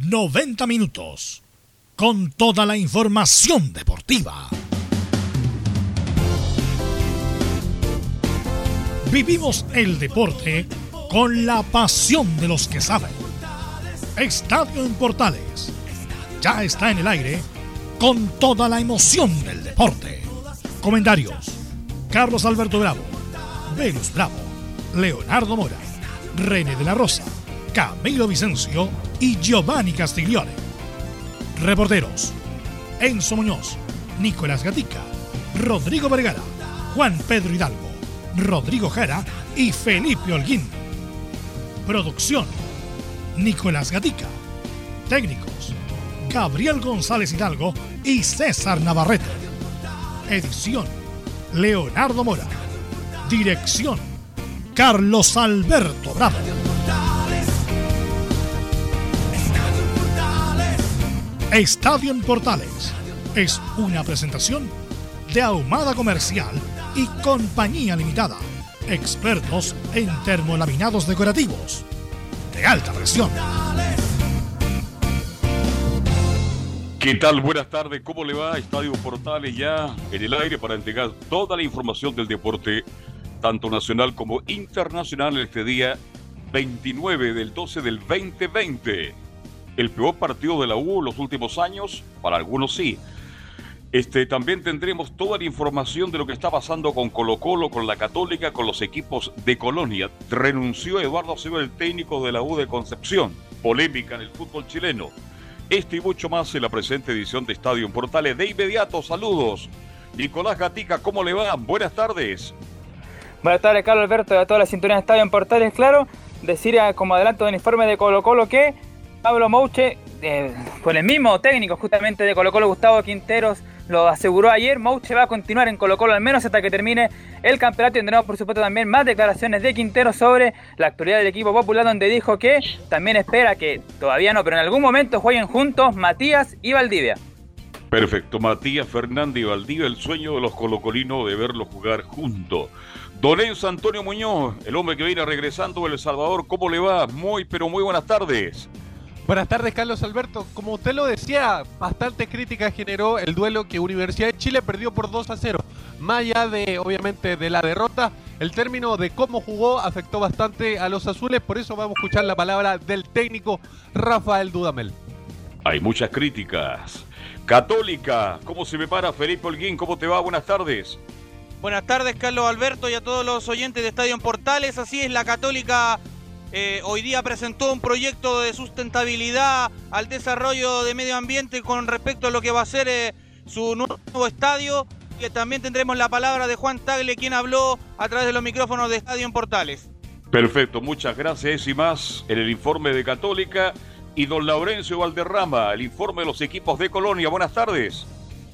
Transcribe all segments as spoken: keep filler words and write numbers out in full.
noventa minutos, con toda la información deportiva. Vivimos el deporte con la pasión de los que saben. Estadio en Portales ya está en el aire con toda la emoción del deporte. Comentarios: Carlos Alberto Bravo, Velus Bravo, Leonardo Mora, René de la Rosa, Camilo Vicencio y Giovanni Castiglione. Reporteros: Enzo Muñoz, Nicolás Gatica, Rodrigo Vergara, Juan Pedro Hidalgo, Rodrigo Jara y Felipe Holguín. Producción: Nicolás Gatica. Técnicos: Gabriel González Hidalgo y César Navarrete. Edición: Leonardo Mora. Dirección: Carlos Alberto Bravo. Estadio en Portales es una presentación de Ahumada Comercial y Compañía Limitada, expertos en termolaminados decorativos de alta presión. ¿Qué tal? Buenas tardes, ¿cómo le va? Estadio Portales ya en el aire para entregar toda la información del deporte, tanto nacional como internacional, este día veintinueve del doce del veinte veinte. El peor partido de la U en los últimos años, para algunos sí. Este, también tendremos toda la información de lo que está pasando con Colo-Colo, con la Católica, con los equipos de Colonia. Renunció Eduardo Acevedo, el técnico de la U de Concepción. Polémica en el fútbol chileno. Este y mucho más en la presente edición de Estadio en Portales. De inmediato, saludos. Nicolás Gatica, ¿cómo le va? Buenas tardes. Buenas tardes, Carlos Alberto, y a toda la sintonía de Estadio en Portales. Claro, decir como adelanto del informe de Colo-Colo que Pablo Mouche, eh, con el mismo técnico justamente de Colo-Colo, Gustavo Quinteros, lo aseguró ayer. Mouche va a continuar en Colo-Colo al menos hasta que termine el campeonato. Tendremos por supuesto también más declaraciones de Quinteros sobre la actualidad del equipo popular, donde dijo que también espera que, todavía no, pero en algún momento jueguen juntos Matías y Valdivia. Perfecto, Matías, Fernández y Valdivia, el sueño de los colocolinos de verlos jugar juntos. Don Enzo Antonio Muñoz, el hombre que viene regresando de El Salvador, ¿cómo le va? Muy, pero muy buenas tardes. Buenas tardes, Carlos Alberto. Como usted lo decía, bastante crítica generó el duelo que Universidad de Chile perdió por dos a cero. Más allá de, obviamente, de la derrota, el término de cómo jugó afectó bastante a los azules. Por eso vamos a escuchar la palabra del técnico Rafael Dudamel. Hay muchas críticas. Católica, ¿cómo se prepara Felipe Holguín? ¿Cómo te va? Buenas tardes. Buenas tardes, Carlos Alberto, y a todos los oyentes de Estadio en Portales. Así es, la Católica eh, hoy día presentó un proyecto de sustentabilidad al desarrollo de medio ambiente con respecto a lo que va a ser eh, su nuevo estadio. Y también tendremos la palabra de Juan Tagle, quien habló a través de los micrófonos de Estadio en Portales. Perfecto, muchas gracias y más en el informe de Católica. Y don Laurencio Valderrama, el informe de los equipos de Colonia. Buenas tardes.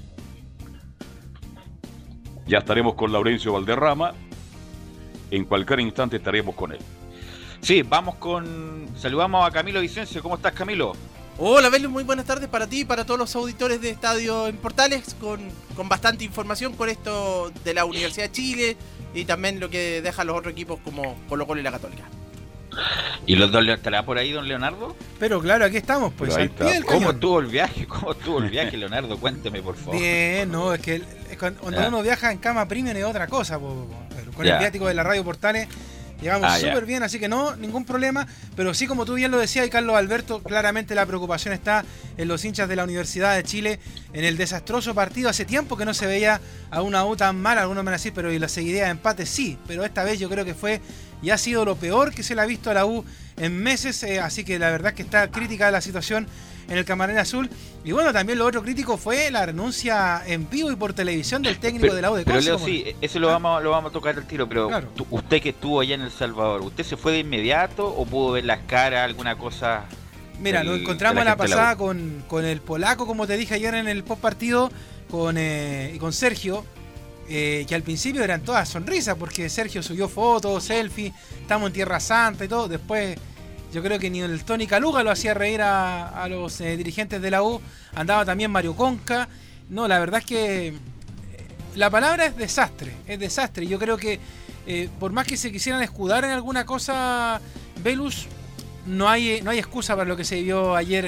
Ya estaremos con Laurencio Valderrama. En cualquier instante estaremos con él. Sí, vamos con... Saludamos a Camilo Vicencio. ¿Cómo estás, Camilo? Hola, Velo, muy buenas tardes para ti y para todos los auditores de Estadio en Portales, con, con bastante información con esto de la Universidad de Chile y también lo que dejan los otros equipos como Colo-Colo y la Católica. ¿Y los dos estará por ahí, don Leonardo? Pero claro, aquí estamos, pues. Al pie del ¿Cómo cañón. estuvo el viaje? ¿Cómo estuvo el viaje, Leonardo? Cuénteme, por favor. Bien, no, es que el, es cuando, cuando uno viaja en cama premium es otra cosa, po, po. Con ya. El viático de la Radio Portales llegamos ah, súper bien, así que no, ningún problema. Pero sí, como tú bien lo decías, y Carlos Alberto, claramente la preocupación está en los hinchas de la Universidad de Chile, en el desastroso partido. Hace tiempo que no se veía a una U tan mal, algunos me van a decir, pero y la seguidilla de empate sí, pero esta vez yo creo que fue y ha sido lo peor que se le ha visto a la U en meses, eh, así que la verdad es que está crítica la situación en el Camarín Azul. Y bueno, también lo otro crítico fue la renuncia en vivo y por televisión del técnico pero, de la U de Pero Conce, Leo, sí, eso lo vamos, lo vamos a tocar al tiro, pero claro. tú, usted que estuvo allá en El Salvador, ¿usted se fue de inmediato o pudo ver las caras, alguna cosa? Mira, del, lo encontramos la, la pasada la con, con el polaco, como te dije ayer en el post partido, con, eh, con Sergio, eh, que al principio eran todas sonrisas, porque Sergio subió fotos, selfie, estamos en Tierra Santa y todo. Después yo creo que ni el Tony Caluga lo hacía reír a, a los eh, dirigentes de la U. Andaba también Mario Conca. No, la verdad es que eh, la palabra es desastre, es desastre. Yo creo que eh, por más que se quisieran escudar en alguna cosa, Velus, no hay, no hay excusa para lo que se vio ayer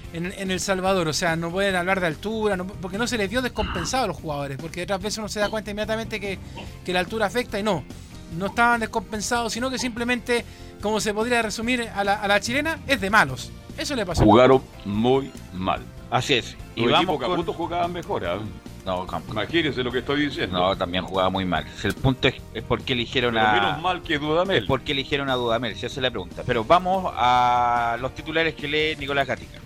en, en El Salvador. O sea, no pueden hablar de altura, no, porque no se les vio descompensado a los jugadores. Porque otras veces uno se da cuenta inmediatamente que, que la altura afecta y no. No estaban descompensados, sino que simplemente, como se podría resumir a la, a la chilena, es de malos. Eso le pasó. Jugaron muy mal. Así es. Y los equipos Caputo jugaban mejor, ¿eh? No, imagínense lo que estoy diciendo. No, también jugaba muy mal. El punto es, es por qué eligieron Pero a... menos mal que Dudamel. Es por qué eligieron a Dudamel, si esa es la pregunta. Pero vamos a los titulares que lee Nicolás Gatica.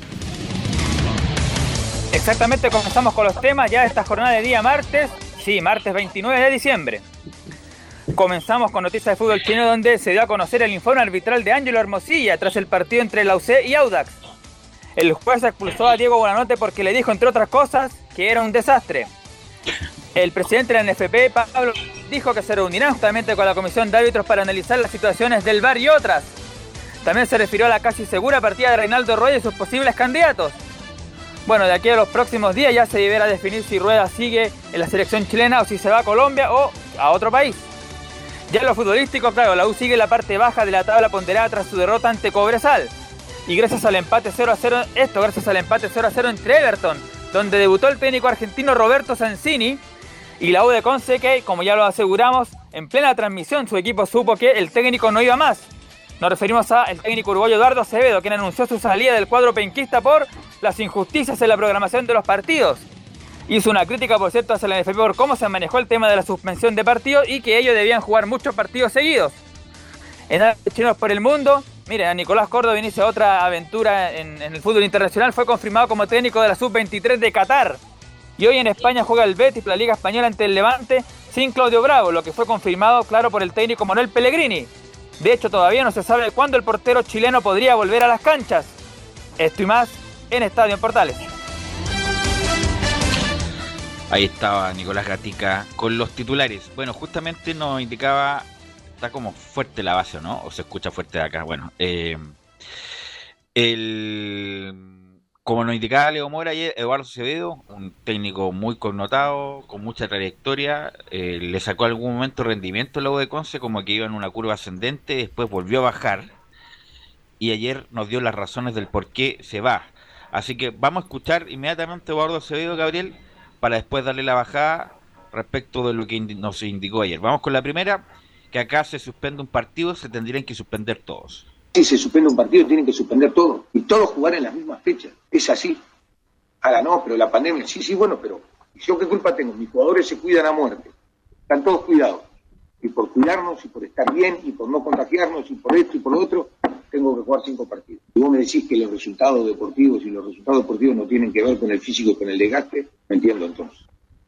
Exactamente, comenzamos con los temas ya esta jornada de día martes. Sí, martes veintinueve de diciembre. Comenzamos con noticias de fútbol chileno, donde se dio a conocer el informe arbitral de Ángelo Hermosilla tras el partido entre la U C y Audax. El juez expulsó a Diego Buenanote porque le dijo, entre otras cosas, que era un desastre. El presidente de la N F P, Pablo, dijo que se reunirán justamente con la comisión de árbitros para analizar las situaciones del V A R y otras. También se refirió a la casi segura partida de Reinaldo Rueda y sus posibles candidatos. Bueno, de aquí a los próximos días ya se deberá definir si Rueda sigue en la selección chilena o si se va a Colombia o a otro país. Ya en lo futbolístico, claro, la U sigue en la parte baja de la tabla ponderada tras su derrota ante Cobresal. Y gracias al empate cero a cero, esto gracias al empate cero a cero entre Everton, donde debutó el técnico argentino Roberto Sensini, y la U de Conce, que, como ya lo aseguramos, en plena transmisión su equipo supo que el técnico no iba más. Nos referimos al técnico uruguayo Eduardo Acevedo, quien anunció su salida del cuadro penquista por las injusticias en la programación de los partidos. Hizo una crítica, por cierto, hacia la N F P por cómo se manejó el tema de la suspensión de partidos y que ellos debían jugar muchos partidos seguidos. En Chinos por el Mundo, miren, a Nicolás Córdoba inicia otra aventura en, en el fútbol internacional. Fue confirmado como técnico de la sub veintitrés de Qatar. Y hoy en España juega el Betis, la Liga Española, ante el Levante, sin Claudio Bravo, lo que fue confirmado, claro, por el técnico Manuel Pellegrini. De hecho, todavía no se sabe cuándo el portero chileno podría volver a las canchas. Esto y más en Estadio en Portales. Ahí estaba Nicolás Gatica con los titulares. Bueno, justamente nos indicaba, está como fuerte la base, ¿no? O se escucha fuerte de acá. Bueno, eh, el, como nos indicaba Leo Mora ayer, Eduardo Acevedo, un técnico muy connotado, con mucha trayectoria, eh, le sacó algún momento rendimiento a la U de Conce, como que iba en una curva ascendente, después volvió a bajar, y ayer nos dio las razones del por qué se va. Así que vamos a escuchar inmediatamente a Eduardo Acevedo, Gabriel, para después darle la bajada respecto de lo que nos indicó ayer. Vamos con la primera, que acá se suspende un partido, se tendrían que suspender todos. Si se suspende un partido, tienen que suspender todos, y todos jugar en las mismas fechas, es así. Ahora no, pero la pandemia, sí, sí, bueno, pero ¿yo qué culpa tengo? Mis jugadores se cuidan a muerte, están todos cuidados, y por cuidarnos, y por estar bien, y por no contagiarnos, y por esto y por lo otro, tengo que jugar cinco partidos. Y vos me decís que los resultados deportivos y los resultados deportivos no tienen que ver con el físico y con el desgaste, no entiendo entonces.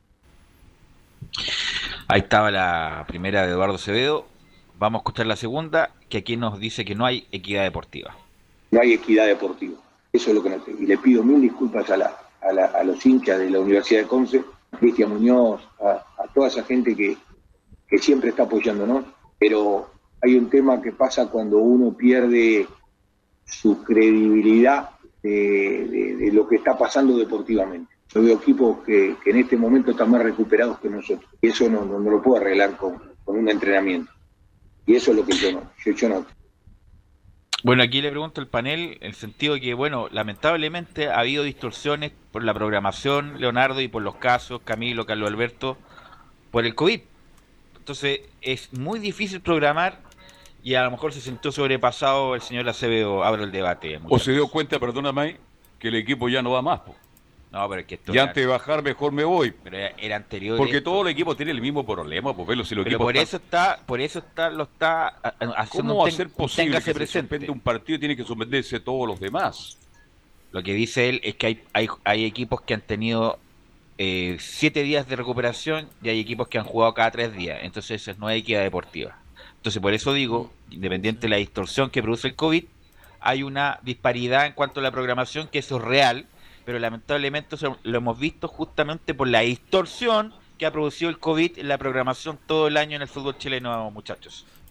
Ahí estaba la primera de Eduardo Acevedo. Vamos a escuchar la segunda, que aquí nos dice que no hay equidad deportiva. No hay equidad deportiva, eso es lo que no tengo. Y le pido mil disculpas a, la, a, la, a los hinchas de la Universidad de Conce, a Cristian Muñoz, a, a toda esa gente que, que siempre está apoyándonos, pero hay un tema que pasa cuando uno pierde su credibilidad de, de, de lo que está pasando deportivamente. Yo veo equipos que, que en este momento están más recuperados que nosotros, y eso no, no, no lo puedo arreglar con, con un entrenamiento. Y eso es lo que yo no, yo, yo no. Bueno, aquí le pregunto al panel, en el sentido de que, bueno, lamentablemente ha habido distorsiones por la programación, Leonardo, y por los casos, Camilo, Carlos Alberto, por el COVID. Entonces, es muy difícil programar, y a lo mejor se sintió sobrepasado el señor Acevedo. Abre el debate. O se dio cuenta, perdóname, que el equipo ya no va más, po. No, pero es que esto y antes de bajar, mejor me voy. Pero era, era anterior. Porque esto. todo el equipo tiene el mismo problema, pues verlo si los pero equipos por están... eso está, por eso está, lo está haciendo. ¿Cómo va a ser posible que se presente? suspende un partido y tiene que suspenderse todos los demás? Lo que dice él es que hay, hay, hay equipos que han tenido eh, siete días de recuperación y hay equipos que han jugado cada tres días. Entonces eso no hay equidad deportiva. Entonces por eso digo, independiente de la distorsión que produce el COVID, hay una disparidad en cuanto a la programación, que eso es real. Pero lamentablemente eso lo hemos visto justamente por la distorsión que ha producido el COVID en la programación todo el año en el fútbol chileno, muchachos.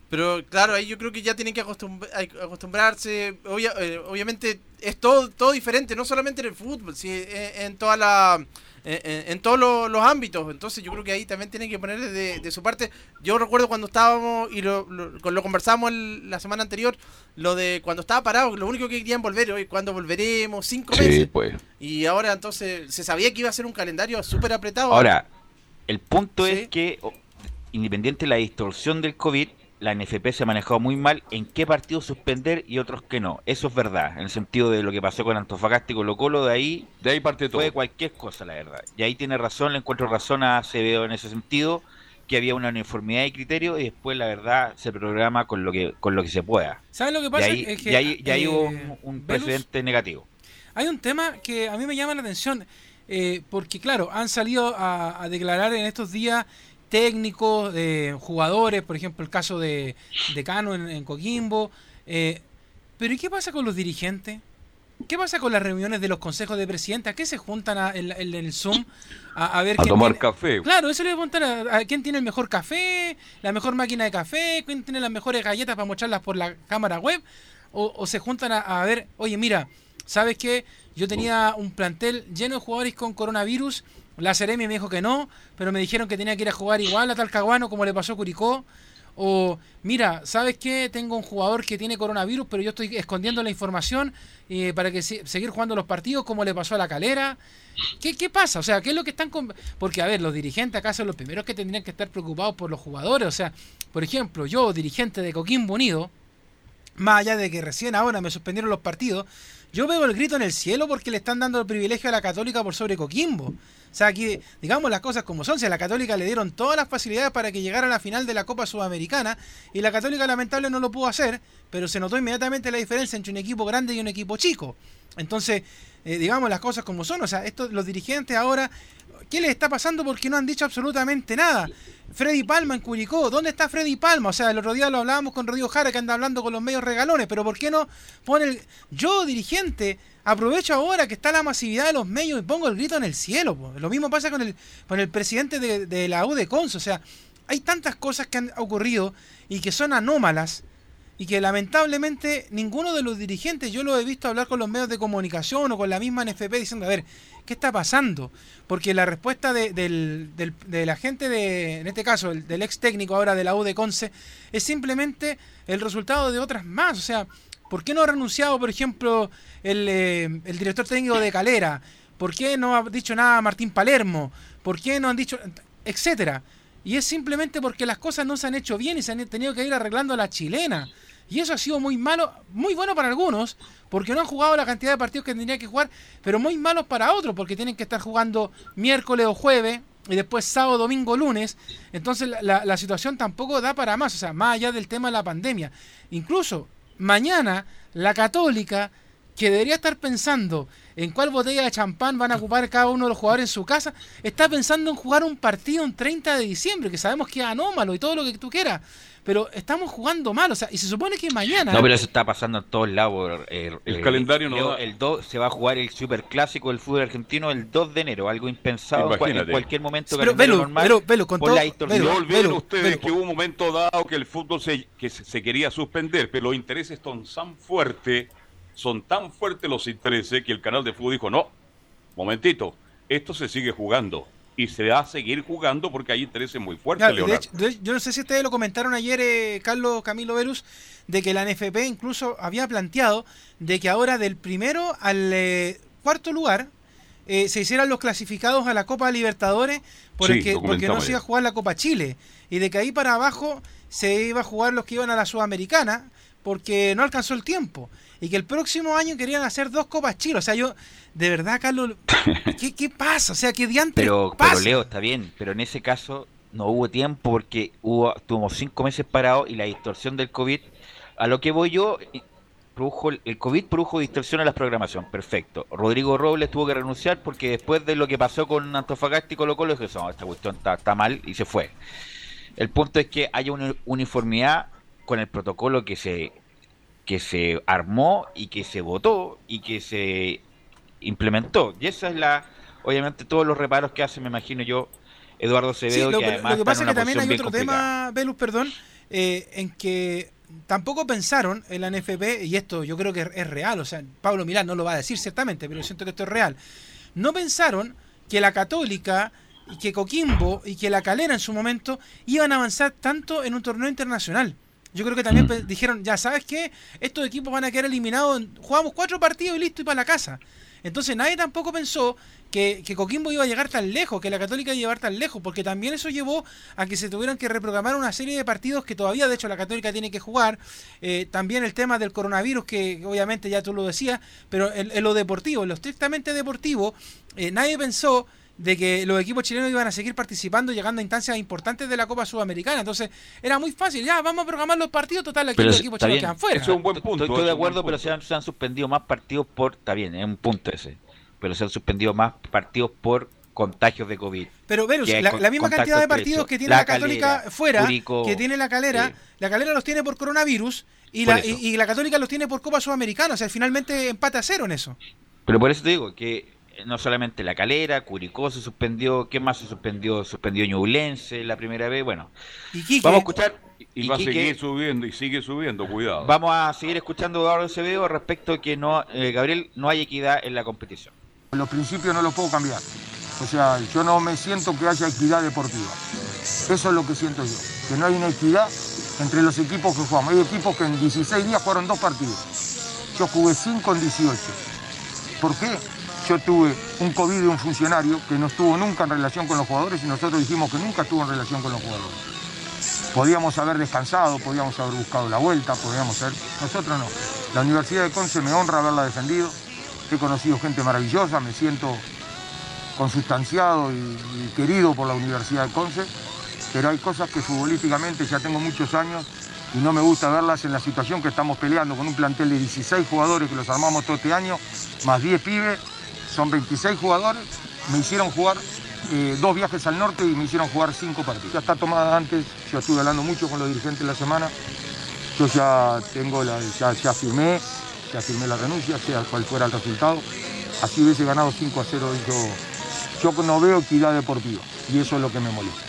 Pero claro, ahí yo creo que ya tienen que acostumbr acostumbrarse. Obvia eh, obviamente es todo todo diferente, no solamente en el fútbol, sí, en, en toda la en, en todos los, los ámbitos. Entonces yo creo que ahí también tienen que poner de, de su parte. Yo recuerdo cuando estábamos y lo, lo, lo conversamos el, la semana anterior, lo de cuando estaba parado, lo único que querían volver, hoy cuando volveremos, cinco sí, meses. Pues. Y ahora entonces se sabía que iba a ser un calendario súper apretado. Ahora, el punto ¿sí? es que, independiente de la distorsión del COVID, la N F P se ha manejado muy mal en qué partidos suspender y otros que no. Eso es verdad, en el sentido de lo que pasó con Antofagasta y Colo-Colo, de ahí, de ahí parte todo. Fue cualquier cosa, la verdad. Y ahí tiene razón, le encuentro razón a Acevedo en ese sentido, que había una uniformidad de criterio y después, la verdad, se programa con lo que con lo que se pueda. ¿Sabes lo que pasa? Y ahí, es que, y ahí, y ahí eh, hubo un, un precedente negativo. Hay un tema que a mí me llama la atención, eh, porque claro, han salido a, a declarar en estos días técnicos, eh, jugadores, por ejemplo el caso de, de Cano en, en Coquimbo, eh, pero ¿y qué pasa con los dirigentes? ¿Qué pasa con las reuniones de los consejos de presidentes? ¿A qué se juntan a, en, en el Zoom a, a ver a quién tomar tiene... café? Claro, eso le voy a preguntar a, a quién tiene el mejor café, la mejor máquina de café, quién tiene las mejores galletas para mostrarlas por la cámara web, o, o se juntan a, a ver, oye mira, ¿sabes qué? Yo tenía un plantel lleno de jugadores con coronavirus. La Seremi me dijo que no, pero me dijeron que tenía que ir a jugar igual a Talcahuano como le pasó a Curicó. O, mira, ¿sabes qué? Tengo un jugador que tiene coronavirus, pero yo estoy escondiendo la información eh, para que se seguir jugando los partidos como le pasó a La Calera. ¿Qué, ¿Qué pasa? O sea, ¿qué es lo que están...? Con... Porque, a ver, los dirigentes acá son los primeros que tendrían que estar preocupados por los jugadores. O sea, por ejemplo, yo, dirigente de Coquimbo Unido, más allá de que recién ahora me suspendieron los partidos, yo veo el grito en el cielo porque le están dando el privilegio a la Católica por sobre Coquimbo. O sea, aquí, digamos las cosas como son. Si a la Católica le dieron todas las facilidades para que llegara a la final de la Copa Sudamericana, y la Católica lamentable no lo pudo hacer, pero se notó inmediatamente la diferencia entre un equipo grande y un equipo chico. Entonces, eh, digamos las cosas como son. O sea, estos, los dirigentes ahora, ¿qué les está pasando? Porque no han dicho absolutamente nada. Freddy Palma en Curicó, ¿dónde está Freddy Palma? O sea, el otro día lo hablábamos con Rodrigo Jara, que anda hablando con los medios regalones, pero ¿por qué no pone el... Yo, dirigente, aprovecho ahora que está la masividad de los medios y pongo el grito en el cielo, po. Lo mismo pasa con el, con el presidente de, de la U de Conce. O sea, hay tantas cosas que han ocurrido y que son anómalas y que lamentablemente ninguno de los dirigentes, yo lo he visto hablar con los medios de comunicación o con la misma N F P diciendo, a ver, ¿qué está pasando? Porque la respuesta de, del, del, de la gente, de, en este caso, el, del ex técnico ahora de la U de Conce, es simplemente el resultado de otras más. O sea, ¿por qué no ha renunciado, por ejemplo, el, eh, el director técnico de Calera? ¿Por qué no ha dicho nada Martín Palermo? ¿Por qué no han dicho...? Etcétera. Y es simplemente porque las cosas no se han hecho bien y se han tenido que ir arreglando a la chilena. Y eso ha sido muy malo, muy bueno para algunos, porque no han jugado la cantidad de partidos que tendrían que jugar, pero muy malos para otros, porque tienen que estar jugando miércoles o jueves, y después sábado, domingo, lunes. Entonces la, la, la situación tampoco da para más, o sea, más allá del tema de la pandemia. Incluso mañana la Católica, que debería estar pensando en cuál botella de champán van a ocupar cada uno de los jugadores en su casa, está pensando en jugar un partido en treinta de diciembre, que sabemos que es anómalo y todo lo que tú quieras, pero estamos jugando mal, o sea, y se supone que mañana... No, pero eso está pasando en todos lados. El, el, el calendario no da. El dos se va a jugar el superclásico del fútbol argentino el dos de enero, algo impensado en cualquier momento. Pero, Velo, normal, Velo, Velo, con todo... No olviden ustedes Velo, que hubo un momento dado que el fútbol se, que se, se quería suspender, pero los intereses son tan fuertes, son tan fuertes los intereses que el canal de fútbol dijo, no, momentito, esto se sigue jugando. Y se va a seguir jugando porque hay intereses muy fuertes, claro, Leonardo. De hecho, de, yo no sé si ustedes lo comentaron ayer, eh, Carlos Camilo Velus, de que la N F P incluso había planteado de que ahora del primero al eh, cuarto lugar eh, se hicieran los clasificados a la Copa Libertadores porque, sí, porque no se iba a jugar la Copa Chile. Y de que ahí para abajo se iba a jugar los que iban a la Sudamericana porque no alcanzó el tiempo. Y que el próximo año querían hacer dos Copas Chile. O sea, yo, de verdad, Carlos, ¿qué, qué pasa? O sea, ¿qué diantres pero, pasa? Pero, Leo, está bien. Pero en ese caso no hubo tiempo porque hubo tuvimos cinco meses parados y la distorsión del COVID. A lo que voy yo, produjo el COVID produjo distorsión en la programación. Perfecto. Rodrigo Robles tuvo que renunciar porque después de lo que pasó con Antofagasta y Colo-Colo, dijo, no, esta cuestión está, está mal y se fue. El punto es que haya una uniformidad con el protocolo que se... que se armó y que se votó y que se implementó. Y esa es la, obviamente, todos los reparos que hace, me imagino yo, Eduardo Acevedo, sí, lo, que además lo que pasa está en es que también hay otro complicada. tema, Velus, perdón, eh, en que tampoco pensaron en la N F P, y esto yo creo que es, es real, o sea, Pablo Milán no lo va a decir ciertamente, pero siento que esto es real. No pensaron que la Católica y que Coquimbo y que la Calera en su momento iban a avanzar tanto en un torneo internacional. Yo creo que también mm. dijeron, ya sabes qué, estos equipos van a quedar eliminados, jugamos cuatro partidos y listo, y para la casa. Entonces nadie tampoco pensó que, que Coquimbo iba a llegar tan lejos, que la Católica iba a llegar tan lejos, porque también eso llevó a que se tuvieran que reprogramar una serie de partidos que todavía, de hecho, la Católica tiene que jugar. Eh, también el tema del coronavirus, que obviamente ya tú lo decías, pero en, en lo deportivo, en lo estrictamente deportivo, eh, nadie pensó de que los equipos chilenos iban a seguir participando, llegando a instancias importantes de la Copa Sudamericana. Entonces era muy fácil, ya vamos a programar los partidos, total, aquí pero los equipos chilenos quedan fuera. Eso es un buen punto. Estoy, estoy de acuerdo, pero se han, se han suspendido más partidos por, está bien, es un punto ese, pero se han suspendido más partidos por contagios de COVID. Pero Velus, la, la misma cantidad de partidos que tiene la, la Católica Calera, fuera, Curicó, que tiene la Calera, sí. La Calera los tiene por coronavirus y por la, y, y la Católica los tiene por Copa Sudamericana, o sea, finalmente empate a cero en eso. Pero por eso te digo que no solamente la Calera, Curicó se suspendió, ¿qué más se suspendió? Suspendió Ñublense la primera vez, bueno. ¿Y vamos a escuchar. Y, y va a seguir subiendo, y sigue subiendo, cuidado. Vamos a seguir escuchando a Eduardo Acevedo respecto a que no, eh, Gabriel, no hay equidad en la competición. Los principios no los puedo cambiar. O sea, yo no me siento que haya equidad deportiva. Eso es lo que siento yo. Que no hay una equidad entre los equipos que jugamos. Hay equipos que en dieciséis días jugaron dos partidos. Yo jugué cinco en dieciocho. ¿Por qué? Yo tuve un COVID de un funcionario que no estuvo nunca en relación con los jugadores y nosotros dijimos que nunca estuvo en relación con los jugadores. Podíamos haber descansado, podíamos haber buscado la vuelta, podíamos haber... Nosotros no. La Universidad de Conce me honra haberla defendido. He conocido gente maravillosa, me siento consustanciado y, y querido por la Universidad de Conce, pero hay cosas que futbolísticamente ya tengo muchos años y no me gusta verlas en la situación que estamos peleando con un plantel de dieciséis jugadores que los armamos todo este año, más diez pibes. Son veintiséis jugadores, me hicieron jugar eh, dos viajes al norte y me hicieron jugar cinco partidos. Ya está tomada antes, yo estuve hablando mucho con los dirigentes la semana, yo ya tengo la, ya, ya firmé, ya firmé la renuncia, sea cual fuera el resultado. Así hubiese ganado cinco a cero, yo, yo no veo equidad deportiva y eso es lo que me molesta.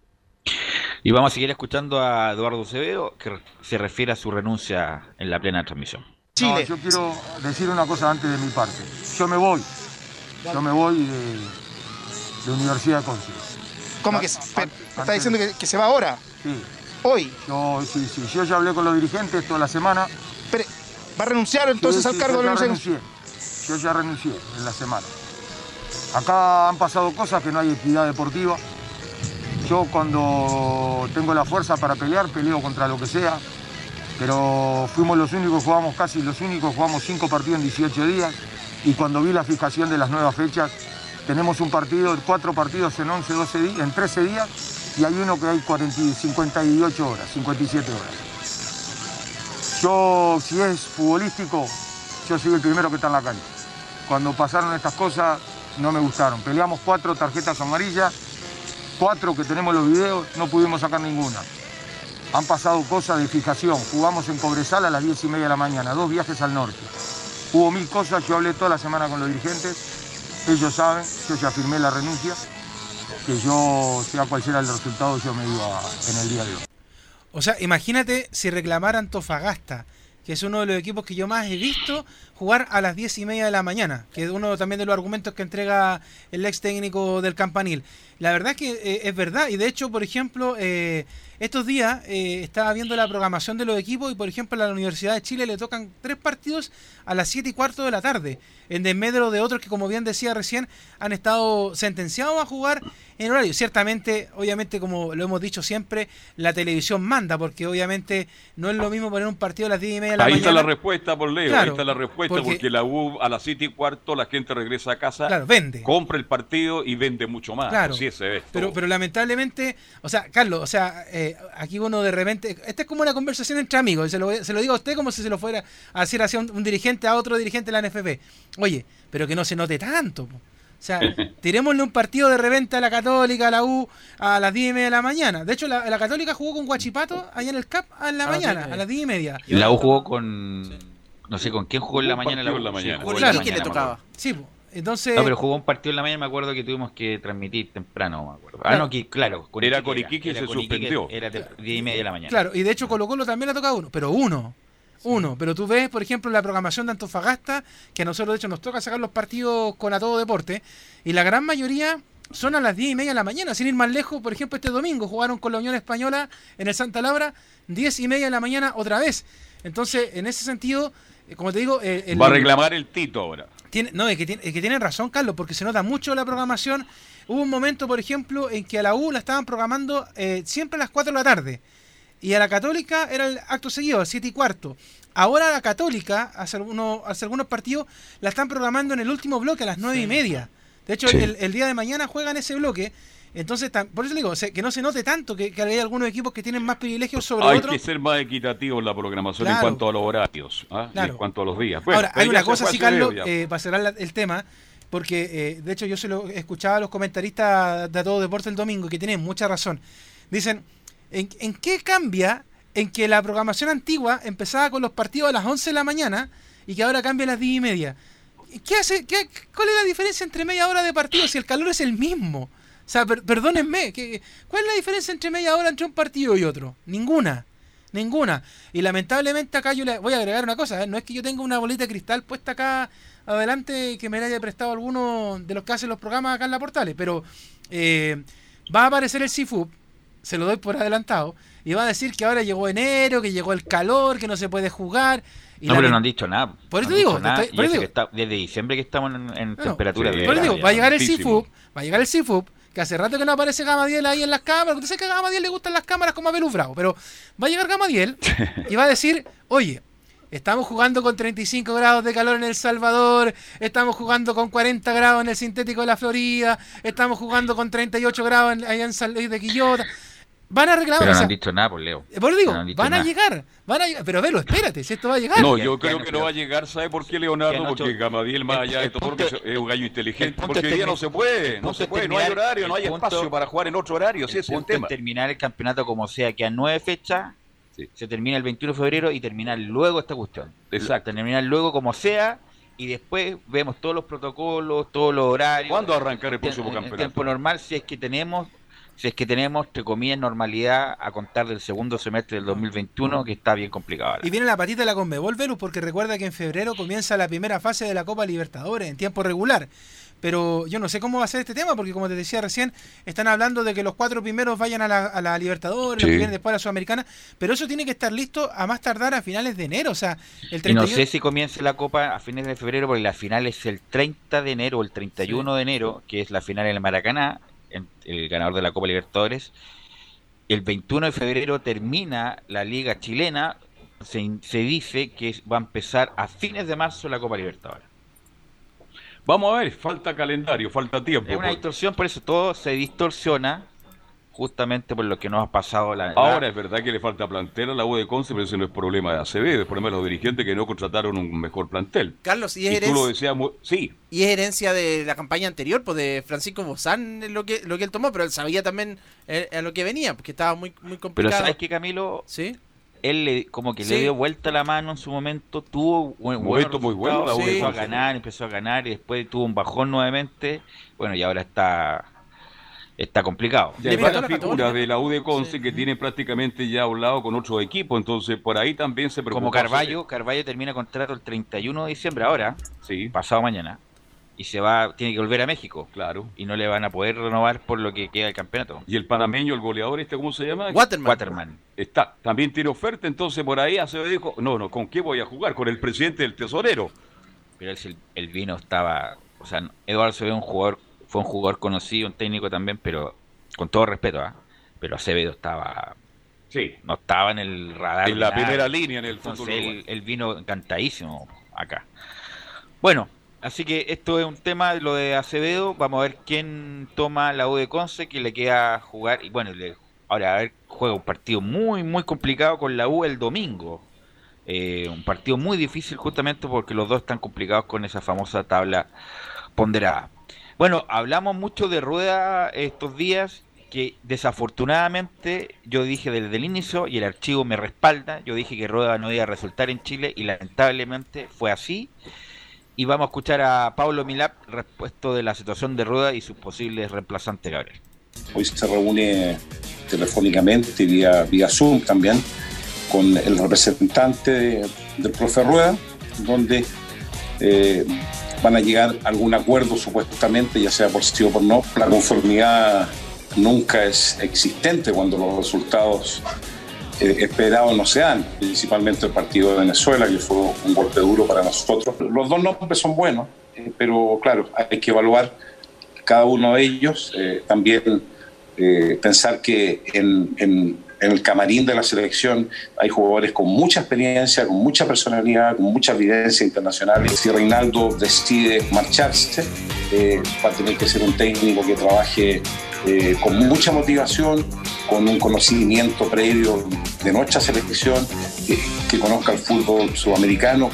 Y vamos a seguir escuchando a Eduardo Acevedo, que se refiere a su renuncia en la plena transmisión. Chile. No, yo quiero decir una cosa antes de mi parte. Yo me voy. Yo me voy de, de Universidad de Conce. ¿Cómo que? ¿Me está diciendo que, que se va ahora? Sí. ¿Hoy? Yo, sí, sí. Yo ya hablé con los dirigentes toda la semana. Pero, ¿va a renunciar entonces sí, al sí, cargo de la Universidad? Yo ya renuncié en la semana. Acá han pasado cosas que no hay equidad deportiva. Yo cuando tengo la fuerza para pelear, peleo contra lo que sea. Pero fuimos los únicos, jugamos casi los únicos, jugamos cinco partidos en dieciocho días. Y cuando vi la fijación de las nuevas fechas, tenemos un partido, cuatro partidos en once, doce días, en trece días, y hay uno que hay cuarenta, cincuenta y ocho horas, cincuenta y siete horas. Yo, si es futbolístico, yo soy el primero que está en la calle. Cuando pasaron estas cosas, no me gustaron. Peleamos cuatro tarjetas amarillas, cuatro que tenemos los videos, no pudimos sacar ninguna. Han pasado cosas de fijación, jugamos en Cobresal a las diez y media de la mañana, dos viajes al norte. Hubo mil cosas, yo hablé toda la semana con los dirigentes, ellos saben, yo ya firmé la renuncia, que yo, sea cual sea el resultado, yo me iba en el día de hoy. O sea, imagínate si reclamara Antofagasta, que es uno de los equipos que yo más he visto jugar a las diez y media de la mañana, que es uno también de los argumentos que entrega el ex técnico del Campanil. La verdad es que eh, es verdad, y de hecho, por ejemplo, eh, estos días eh, estaba viendo la programación de los equipos y, por ejemplo, a la Universidad de Chile le tocan tres partidos a las siete y cuarto de la tarde, en desmedro de otros que, como bien decía recién, han estado sentenciados a jugar en horario. Ciertamente, obviamente, como lo hemos dicho siempre, la televisión manda, porque obviamente no es lo mismo poner un partido a las diez y media de la ahí mañana. Ahí está la respuesta, por Leo, claro, ahí está la respuesta, porque, porque la U a las siete y cuarto la gente regresa a casa, claro, vende, compra el partido y vende mucho más. Claro, así es, es pero, pero lamentablemente, o sea, Carlos, o sea, eh, aquí uno de repente, esta es como una conversación entre amigos, y se lo, se lo digo a usted como si se lo fuera a decir hacia un, un dirigente a otro dirigente de la N F P. Oye, pero que no se note tanto, po. O sea, tirémosle un partido de repente a la Católica, a la U, a las diez y media de la mañana. De hecho, la, la Católica jugó con Guachipato allá en el C A P en la a mañana, a las diez y media. La U jugó con... No sé con quién jugó en la mañana. La, en la mañana. Claro, ¿quién le tocaba? Sí, Entonces... No, pero jugó un partido en la mañana, me acuerdo que tuvimos que transmitir temprano, me acuerdo. Ah, no, que claro. Con era con Iquique y se suspendió. Era de diez y media de la mañana. Claro, y de hecho Colo Colo también le ha tocado uno, pero uno. Uno, pero tú ves, por ejemplo, la programación de Antofagasta, que a nosotros de hecho nos toca sacar los partidos con A Todo Deporte, y la gran mayoría son a las diez y media de la mañana, sin ir más lejos. Por ejemplo, este domingo jugaron con la Unión Española en el Santa Laura, diez y media de la mañana otra vez. Entonces, en ese sentido, como te digo... Eh, el, va a reclamar el Tito ahora. Tiene, no, es que, tiene, es que tienen razón, Carlos, porque se nota mucho la programación. Hubo un momento, por ejemplo, en que a la U la estaban programando eh, siempre a las cuatro de la tarde. Y a la Católica era el acto seguido, a las siete y cuarto. Ahora a la Católica, hace algunos, hace algunos partidos, la están programando en el último bloque a las nueve sí. y media. De hecho, sí. el, el día de mañana juegan ese bloque. Entonces, por eso digo, o sea, que no se note tanto que, que hay algunos equipos que tienen más privilegios sobre hay otros. Hay que ser más equitativo en la programación claro. en cuanto a los horarios, ¿ah? Claro. en cuanto a los días. Bueno, ahora, hay una cosa así, Carlos, eh, para cerrar la, el tema, porque eh, de hecho yo se lo escuchaba a los comentaristas de A Todo Deporte el domingo, que tienen mucha razón. Dicen, ¿en, ¿en qué cambia en que la programación antigua empezaba con los partidos a las once de la mañana y que ahora cambia a las diez y media? ¿Qué hace, qué, ¿Cuál es la diferencia entre media hora de partido si el calor es el mismo? O sea, per, perdónenme, ¿qué, ¿cuál es la diferencia entre media hora entre un partido y otro? Ninguna, ninguna. Y lamentablemente acá yo le voy a agregar una cosa, ¿eh? No es que yo tenga una bolita de cristal puesta acá adelante que me la haya prestado alguno de los que hacen los programas acá en la Portales, pero eh, va a aparecer el C I F U P, se lo doy por adelantado, y va a decir que ahora llegó enero, que llegó el calor, que no se puede jugar. Y no, pero no han dicho nada. Por eso no digo, nada, estoy, por eso digo. Que está, desde diciembre que estamos en, en no, temperatura sí, de... Por eso digo, va a llegar el C I F U P, altísimo. va a llegar el C I F U P, que hace rato que no aparece Gamadiel ahí en las cámaras. Usted sabe que a Gamadiel le gustan las cámaras como a Belus Bravo, pero va a llegar Gamadiel y va a decir, oye, estamos jugando con treinta y cinco grados de calor en El Salvador, estamos jugando con cuarenta grados en el sintético de la Florida, estamos jugando con treinta y ocho grados en, allá en San Luis de Quillota. Van a reclamar. Pero no o sea, han dicho nada, pues, Leo. Por eso digo, no van a nada. llegar, van a llegar. Pero Velo, espérate, si esto va a llegar. No, yo creo que no va a llegar, ¿sabe por qué, Leonardo? no, Porque Gamadiel, más allá de todo, porque es un gallo inteligente. Porque hoy día no se puede, no se puede, no hay horario, no hay espacio para jugar en otro horario, sí, ese es el tema. Terminar el campeonato como sea, que a nueve fechas, sí. se termina el veintiuno de febrero y terminar luego esta cuestión. Exacto. Terminar luego como sea. Y después vemos todos los protocolos, todos los horarios. ¿Cuándo arrancar el próximo campeonato? En tiempo normal, si es que tenemos, si es que tenemos, entre comillas, normalidad a contar del segundo semestre del dos mil veintiuno, que está bien complicado ahora. Y viene la patita de la Conmebol, Velus, porque recuerda que en febrero comienza la primera fase de la Copa Libertadores en tiempo regular. Pero yo no sé cómo va a ser este tema, porque como te decía recién, están hablando de que los cuatro primeros vayan a la, a la Libertadores, sí. los que vienen después a la Sudamericana, pero eso tiene que estar listo a más tardar a finales de enero, o sea, el treinta y uno... Y no sé si comience la Copa a fines de febrero, porque la final es el treinta de enero o el treinta y uno sí. de enero, que es la final en el Maracaná, el ganador de la Copa Libertadores. El veintiuno de febrero termina la Liga Chilena, se, se dice que va a empezar a fines de marzo la Copa Libertadores. Vamos a ver, falta calendario, falta tiempo. Es una distorsión, por eso todo se distorsiona, justamente por lo que nos ha pasado. La, Ahora la... es verdad que le falta plantel a la U de Conce, pero ese no es problema de Acevedo, es problema de los dirigentes que no contrataron un mejor plantel. Carlos, y es y herencia, tú lo decías muy... sí. Y es herencia de la campaña anterior, pues de Francisco Bozán, lo que lo que él tomó, pero él sabía también eh, a lo que venía, porque estaba muy, muy complicado. Pero ¿sabes qué, Camilo? Sí. Él le, como que sí. le dio vuelta la mano en su momento, tuvo un momento muy bueno, la sí. empezó a sí. ganar, empezó a ganar y después tuvo un bajón nuevamente, bueno, y ahora está está complicado. Y hay varias figuras de la U de Conce sí. que tienen prácticamente ya hablado con otro equipo, entonces por ahí también se preocupa. Como Carvalho, Carvalho termina contrato el treinta y uno de diciembre ahora, sí. pasado mañana, y se va, tiene que volver a México. Claro. Y no le van a poder renovar por lo que queda del campeonato. Y el panameño, el goleador este, ¿cómo se llama? Waterman. Waterman. Está, también tiene oferta, entonces por ahí Acevedo dijo, no, no, ¿con qué voy a jugar? Con el presidente del tesorero. Pero el, el vino estaba, o sea, Eduardo Acevedo un jugador, fue un jugador conocido, un técnico también, pero con todo respeto, ¿eh? Pero Acevedo estaba, sí, no estaba en el radar. En la nada. Primera línea en el fútbol. Él, él vino encantadísimo acá. Bueno, así que esto es un tema, lo de Acevedo. Vamos a ver quién toma la U de Conce, que le queda jugar. Y bueno, le, ahora a ver, juega un partido muy, muy complicado con la U el domingo. Eh, un partido muy difícil justamente porque los dos están complicados con esa famosa tabla ponderada. Bueno, hablamos mucho de Rueda estos días, que desafortunadamente yo dije desde el inicio, y el archivo me respalda, yo dije que Rueda no iba a resultar en Chile y lamentablemente fue así. Y vamos a escuchar a Pablo Milad respecto de la situación de Rueda y sus posibles reemplazantes, Gabriel. Hoy se reúne telefónicamente, vía, vía Zoom también, con el representante de, del profe Rueda, donde eh, van a llegar a algún acuerdo supuestamente, ya sea por sí o por no. La conformidad nunca es existente cuando los resultados eh, esperados no se dan, principalmente el partido de Venezuela, que fue un golpe duro para nosotros. Los dos nombres son buenos, eh, pero claro, hay que evaluar cada uno de ellos. Eh, también eh, pensar que en, en, en el camarín de la selección hay jugadores con mucha experiencia, con mucha personalidad, con mucha evidencia internacional. Si Reinaldo decide marcharse, eh, va a tener que ser un técnico que trabaje Eh, con mucha motivación, con un conocimiento previo de nuestra selección, eh, que conozca el fútbol sudamericano.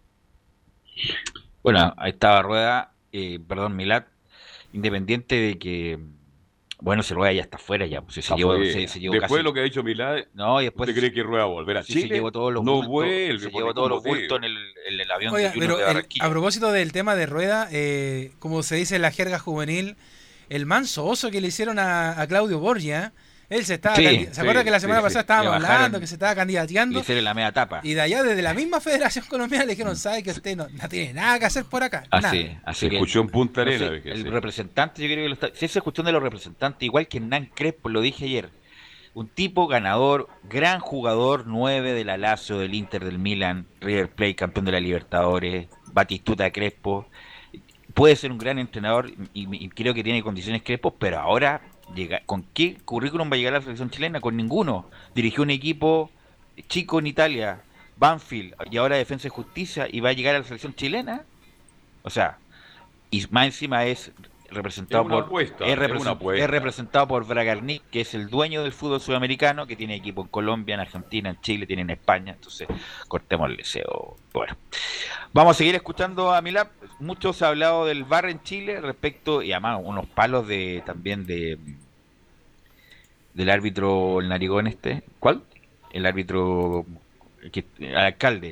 Bueno, ahí estaba Rueda, eh, perdón, Milad, independiente de que, bueno, si Rueda ya está fuera ya, pues se llevó, se, se llevó después casi, de lo que ha dicho Milad, no, y después ¿usted cree que Rueda volverá a sí, Chile? se llevó todos los no bultos, vuelve, se llevó todos los bultos en el, en el avión. Oiga, de Junior pero de el, Barranquilla. a propósito del tema de Rueda, eh, como se dice en la jerga juvenil, el manso oso que le hicieron a, a Claudio Borgia, él se estaba, Sí, ¿se sí, acuerda que la semana sí, pasada sí. estábamos Le bajaron- hablando que se estaba candidateando? Le hicieron la media tapa. Y de allá, desde la misma Federación Colombiana, le dijeron, sabe que usted no, no tiene nada que hacer por acá. nada. Así, así Se que- escuchó en Punta no sé, Arenas. que el sí. representante, yo creo que lo está, si esa cuestión de los representantes, igual que Hernán Crespo, lo dije ayer, un tipo ganador, gran jugador, nueve de la Lazio, del Inter, del Milan, River Plate, campeón de la Libertadores, Batistuta Crespo, puede ser un gran entrenador y, y creo que tiene condiciones Crespo, pero ahora llega, ¿con qué currículum va a llegar a la selección chilena? Con ninguno. Dirigió un equipo chico en Italia, Banfield, y ahora Defensa y Justicia, y va a llegar a la selección chilena. O sea, y más encima es representado Es una por apuesta, es, es represent- una apuesta. es representado por Bragarnik, que es el dueño del fútbol sudamericano, que tiene equipo en Colombia, en Argentina, en Chile, tiene en España. Entonces, cortemos el deseo. Bueno, vamos a seguir escuchando a Milad. Mucho se ha hablado del V A R en Chile respecto, y además unos palos de también de del árbitro, el narigón este. ¿Cuál? El árbitro, que, el alcalde.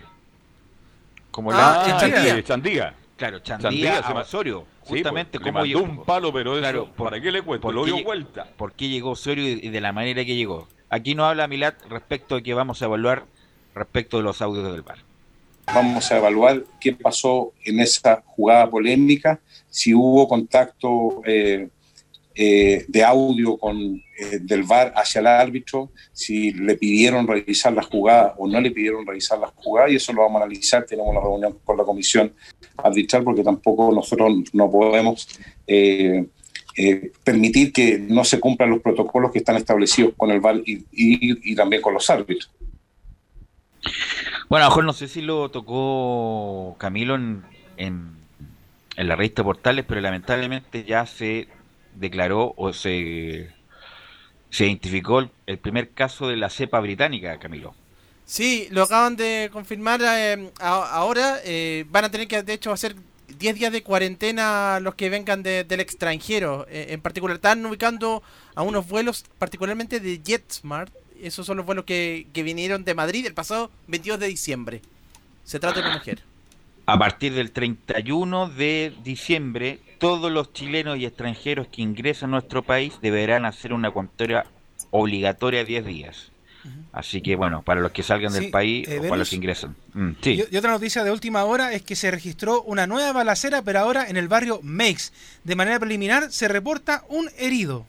Como Ah, la Chandía. Chandía. Claro, Chandía, Chandía se a ma- Osorio. Sí, Justamente pues, le como mandó llegó- un palo, pero eso, Claro, por- ¿para qué le cuento? por Lo qué dio lle- vuelta. ¿Por qué llegó Osorio y y de la manera que llegó? Aquí nos habla Milad respecto de que vamos a evaluar respecto de los audios del V A R. Vamos a evaluar qué pasó en esa jugada polémica, si hubo contacto eh, eh, de audio con, eh, del V A R hacia el árbitro, si le pidieron revisar la jugada o no le pidieron revisar la jugada, y eso lo vamos a analizar. Tenemos una reunión con la comisión arbitral, porque tampoco nosotros no podemos eh, eh, permitir que no se cumplan los protocolos que están establecidos con el V A R y, y, y también con los árbitros. Bueno, a lo mejor no sé si lo tocó Camilo en, en, en la revista Portales, pero lamentablemente ya se declaró o se, se identificó el, el primer caso de la cepa británica, Camilo. Sí, lo acaban de confirmar eh, a- ahora. Eh, van a tener que, de hecho, hacer diez días de cuarentena los que vengan de- del extranjero. Eh, en particular, están ubicando a unos vuelos, particularmente de JetSmart. Esos son los vuelos que, que vinieron de Madrid el pasado veintidós de diciembre. Se trata de una mujer. A partir del treinta y uno de diciembre, todos los chilenos y extranjeros que ingresan a nuestro país deberán hacer una cuarentena obligatoria de diez días. Así que, bueno, para los que salgan Sí, del país eh, o para Velus. los que ingresan. Mm, sí. Y, y otra noticia de última hora es que se registró una nueva balacera, pero ahora en el barrio Meix. De manera preliminar se reporta un herido.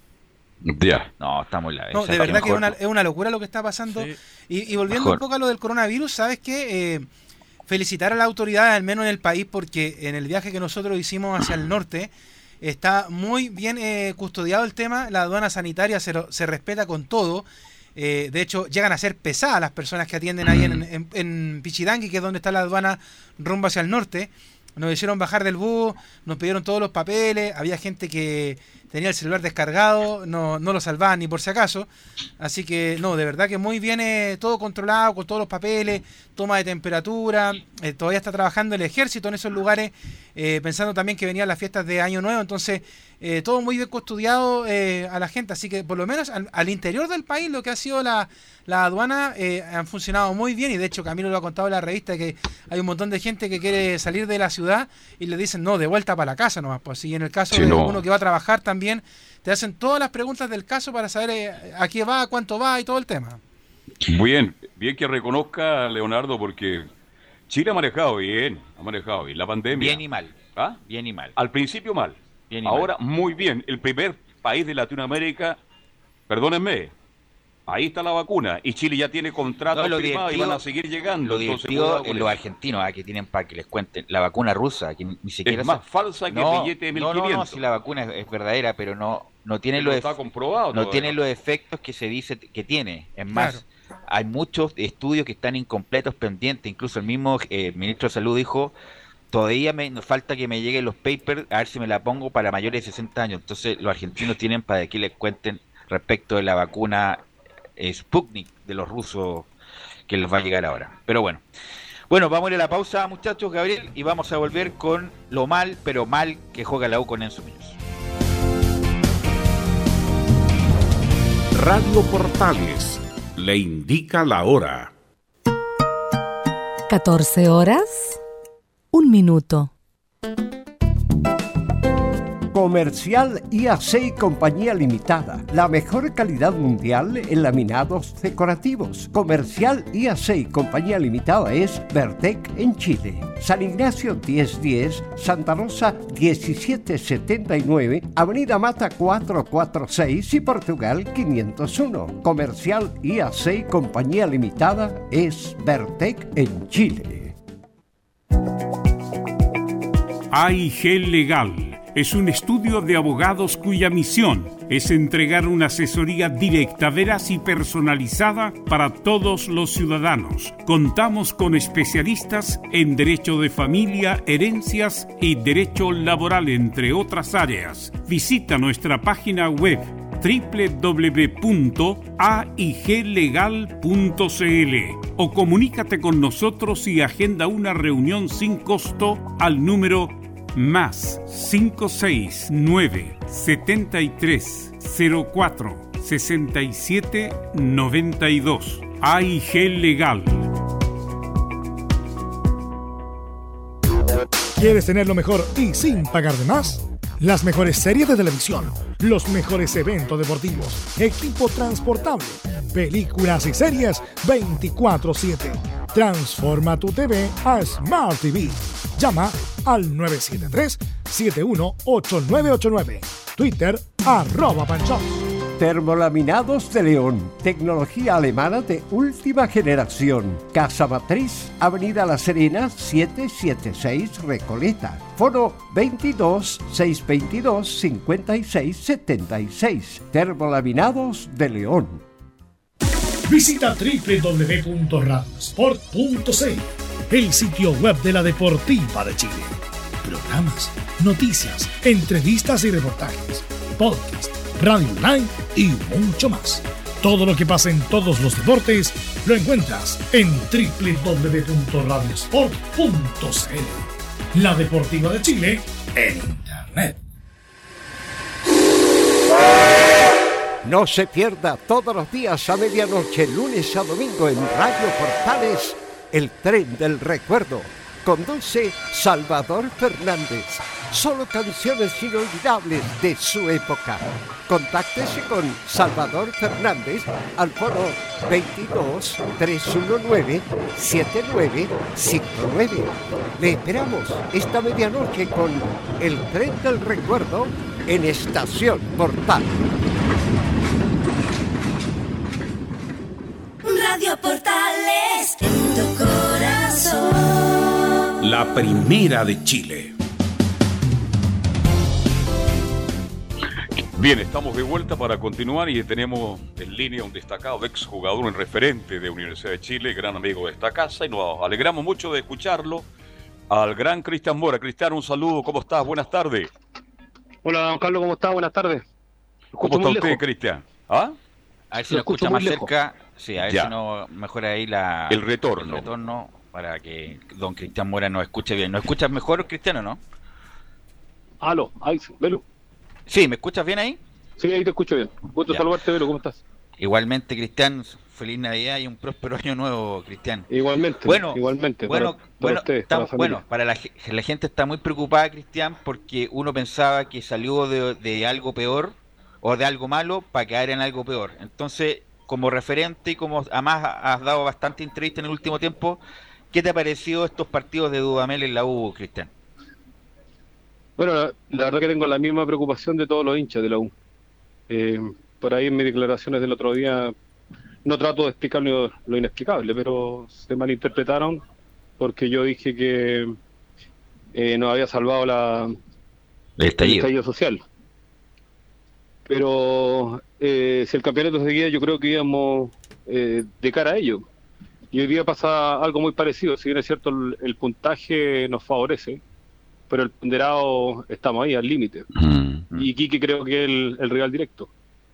Ya. No, estamos la No, de verdad que es una, es una locura lo que está pasando. Sí. Y, y volviendo Mejor. un poco a lo del coronavirus, ¿sabes qué? Eh, felicitar a la autoridad, al menos en el país, porque en el viaje que nosotros hicimos hacia el norte, está muy bien eh, custodiado el tema. La aduana sanitaria se, lo- se respeta con todo. Eh, de hecho, llegan a ser pesadas las personas que atienden ahí en, en, en Pichidangui, que es donde está la aduana rumbo hacia el norte. Nos hicieron bajar del bus, nos pidieron todos los papeles, había gente que tenía el celular descargado, no, no lo salvaban ni por si acaso. Así que no, de verdad que muy bien, eh, todo controlado, con todos los papeles, toma de temperatura. Eh, todavía está trabajando el ejército en esos lugares, eh, pensando también que venían las fiestas de Año Nuevo, entonces eh, todo muy bien custodiado eh, a la gente, así que por lo menos al, al interior del país lo que ha sido la, la aduana eh, han funcionado muy bien, y de hecho Camilo lo ha contado en la revista que hay un montón de gente que quiere salir de la ciudad y le dicen no, de vuelta para la casa nomás, pues, y en el caso sí, de no. uno que va a trabajar también te hacen todas las preguntas del caso para saber eh, a qué va, cuánto va y todo el tema. Bien, bien que reconozca Leonardo, porque Chile ha manejado bien, ha manejado bien la pandemia. Bien y mal. ¿Ah? Bien y mal. Al principio mal, bien y ahora mal. Muy bien. El primer país de Latinoamérica, perdónenme, ahí está la vacuna y Chile ya tiene contratos no, firmados y van a seguir llegando. Lo divertido en los argentinos, ah, que tienen para que les cuenten, la vacuna rusa, que ni siquiera... Es más se... falsa que no, el billete de mil quinientos. No, no, no, si la vacuna es, es verdadera, pero no, no tiene, los, está comprobado no tiene los efectos que se dice que tiene. Es más... Claro. Hay muchos estudios que están incompletos, pendientes. Incluso el mismo eh, ministro de Salud dijo, todavía me falta que me lleguen los papers, a ver si me la pongo para mayores de sesenta años. Entonces los argentinos tienen para que les cuenten respecto de la vacuna eh, Sputnik de los rusos que les va a llegar ahora. Pero bueno, bueno, vamos a ir a la pausa, muchachos, Gabriel, y vamos a volver con lo mal, pero mal que juega la U con Enzo Muñoz. Radio Portales le indica la hora. catorce horas, un minuto. Comercial I A C y Compañía Limitada. La mejor calidad mundial en laminados decorativos. Comercial I A C y Compañía Limitada es Vertec en Chile. San Ignacio diez diez, Santa Rosa diecisiete setenta y nueve, Avenida Mata cuatrocientos cuarenta y seis y Portugal quinientos uno. Comercial I A C y Compañía Limitada es Vertec en Chile. A I G Legal es un estudio de abogados cuya misión es entregar una asesoría directa, veraz y personalizada para todos los ciudadanos. Contamos con especialistas en derecho de familia, herencias y derecho laboral, entre otras áreas. Visita nuestra página web doble u doble u doble u punto a i g legal punto c l o comunícate con nosotros y agenda una reunión sin costo al número más cinco seis nueve setenta y tres cero cuatro sesenta y siete noventa y dos. A I G Legal. ¿Quieres tener lo mejor y sin pagar de más? Las mejores series de televisión, los mejores eventos deportivos, equipo transportable, películas y series veinticuatro siete. Transforma tu T V a Smart T V. Llama al nueve siete tres, siete uno ocho nueve ocho nueve. Twitter, arroba Panchos. Termolaminados de León. Tecnología alemana de última generación. Casa Matriz, Avenida La Serena, setecientos setenta y seis, Recoleta. Foro veintidós, seiscientos veintidós, cincuenta y seis setenta y seis. Termolaminados de León. Visita doble u doble u doble u punto radiosport punto c l, el sitio web de la Deportiva de Chile. Programas, noticias, entrevistas y reportajes, podcast, radio online y mucho más. Todo lo que pasa en todos los deportes lo encuentras en doble u doble u doble u punto radiosport punto c l. La Deportiva de Chile en Internet. No se pierda todos los días a medianoche, lunes a domingo en Radio Portales, El Tren del Recuerdo. Conduce Salvador Fernández. Solo canciones inolvidables de su época. Contáctese con Salvador Fernández al foro veintidós, trescientos diecinueve, setenta y nueve cincuenta y nueve. Le esperamos esta medianoche con El Tren del Recuerdo en Estación Portal. Radio Portales en tu corazón. La primera de Chile. Bien, estamos de vuelta para continuar y tenemos en línea un destacado exjugador, un referente de Universidad de Chile, gran amigo de esta casa, y nos alegramos mucho de escucharlo, al gran Cristian Mora. Cristian, un saludo, ¿cómo estás? Buenas tardes. Hola, don Carlos, ¿cómo está? Buenas tardes. ¿Cómo está usted, Cristian? ¿Ah? A ver si lo, lo escucha más lejos. Cerca, sí, a ver ya. si no mejora ahí la, el retorno. El retorno para que don Cristian Mora nos escuche bien. ¿Nos escuchas mejor, Cristiano, no? Aló, ahí sí, velo. Sí, ¿me escuchas bien ahí? Sí, ahí te escucho bien. Gusto saludarte, Velo, ¿cómo estás? Igualmente, Cristian, feliz Navidad y un próspero año nuevo, Cristian. Igualmente, bueno, igualmente. Bueno, para, bueno, para ustedes, estamos, para la bueno, para la, la gente está muy preocupada, Cristian, porque uno pensaba que salió de, de algo peor o de algo malo para caer en algo peor. Entonces, como referente y como además has dado bastante entrevista en el último tiempo, ¿qué te ha parecido estos partidos de Dudamel en la U, Cristian? Bueno, la, la verdad que tengo la misma preocupación de todos los hinchas de la U. Eh, por ahí en mis declaraciones del otro día no trato de explicar lo, lo inexplicable, pero se malinterpretaron porque yo dije que eh, nos había salvado la, el estallido. el estallido social. Pero eh, si el campeonato seguía, yo creo que íbamos eh, de cara a ello. Y hoy día pasa algo muy parecido. Si bien es cierto, el, el puntaje nos favorece, pero el ponderado estamos ahí al límite. Mm-hmm. Y Quique creo que es el, el rival directo.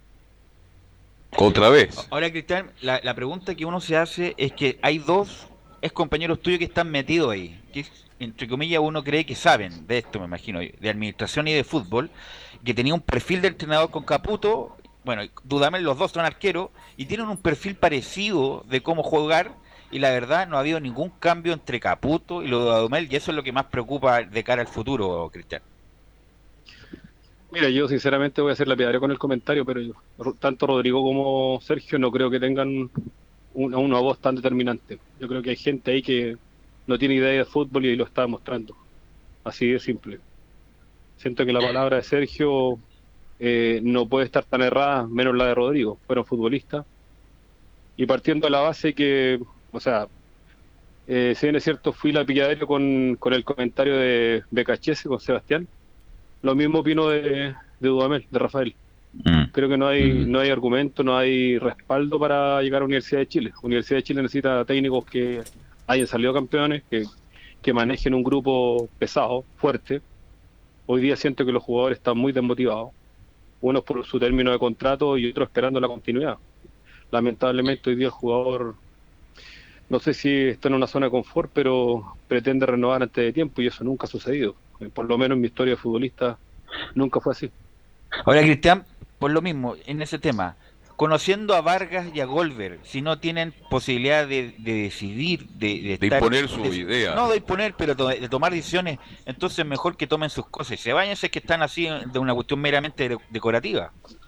Otra vez. Ahora, Cristian, la, la pregunta que uno se hace es que hay dos ex compañeros tuyos que están metidos ahí, que entre comillas uno cree que saben de esto, me imagino, de administración y de fútbol, que tenía un perfil de entrenador con Caputo. Bueno, Dudamel, los dos son arqueros y tienen un perfil parecido de cómo jugar, y la verdad no ha habido ningún cambio entre Caputo y lo de Dudamel, y eso es lo que más preocupa de cara al futuro, Cristian. Mira, yo sinceramente voy a hacer la piedra con el comentario, pero yo, tanto Rodrigo como Sergio no creo que tengan una, una voz tan determinante. Yo creo que hay gente ahí que no tiene idea de fútbol y lo está demostrando. Así de simple. Siento que la palabra de Sergio eh, no puede estar tan errada, menos la de Rodrigo. Fueron futbolistas. Y partiendo de la base que, o sea, eh, si bien es cierto, fui lapidero con, con el comentario de Becachese, con Sebastián. Lo mismo opino de, de Dudamel, de Rafael. Mm. Creo que no hay mm. no hay argumento, no hay respaldo para llegar a la Universidad de Chile. La Universidad de Chile necesita técnicos que hayan salido campeones, que, que manejen un grupo pesado, fuerte. Hoy día siento que los jugadores están muy desmotivados. Unos por su término de contrato y otros esperando la continuidad. Lamentablemente hoy día el jugador, no sé si está en una zona de confort, pero pretende renovar antes de tiempo y eso nunca ha sucedido. Por lo menos en mi historia de futbolista nunca fue así. Ahora, Cristian, por lo mismo, en ese tema, conociendo a Vargas y a Goldberg, si no tienen posibilidad de, de decidir, de, de, de estar, imponer su de, idea. No de imponer, pero to, de tomar decisiones, entonces mejor que tomen sus cosas y se vayan, si es que están así de una cuestión meramente de, decorativa.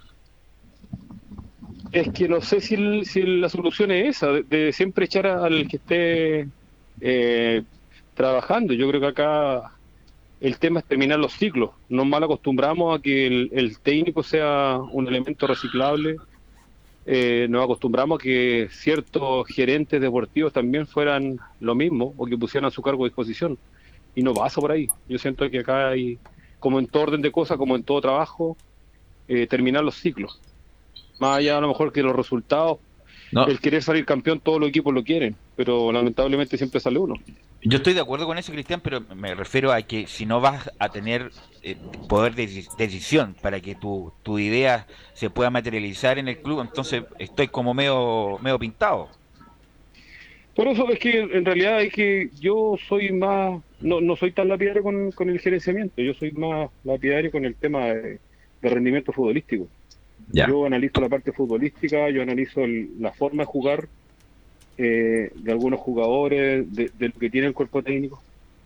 Es que no sé si, el, si la solución es esa, de, de siempre echar al que esté eh, trabajando. Yo creo que acá el tema es terminar los ciclos. Nos mal acostumbramos a que el, el técnico sea un elemento reciclable. Eh, nos acostumbramos a que ciertos gerentes deportivos también fueran lo mismo o que pusieran a su cargo a disposición. Y no pasa por ahí. Yo siento que acá hay, como en todo orden de cosas, como en todo trabajo, eh, terminar los ciclos. Más allá a lo mejor que los resultados, no. El querer salir campeón, todos los equipos lo quieren, pero lamentablemente siempre sale uno. Yo estoy de acuerdo con eso, Cristian, pero me refiero a que si no vas a tener eh, poder de decisión para que tu, tu idea se pueda materializar en el club, entonces estoy como medio, medio pintado. Por eso es que en realidad es que yo soy más, no, no soy tan lapidario con, con el gerenciamiento, yo soy más lapidario con el tema de, de rendimiento futbolístico. Ya. Yo analizo la parte futbolística, yo analizo el, la forma de jugar eh, de algunos jugadores, de, de lo que tiene el cuerpo técnico.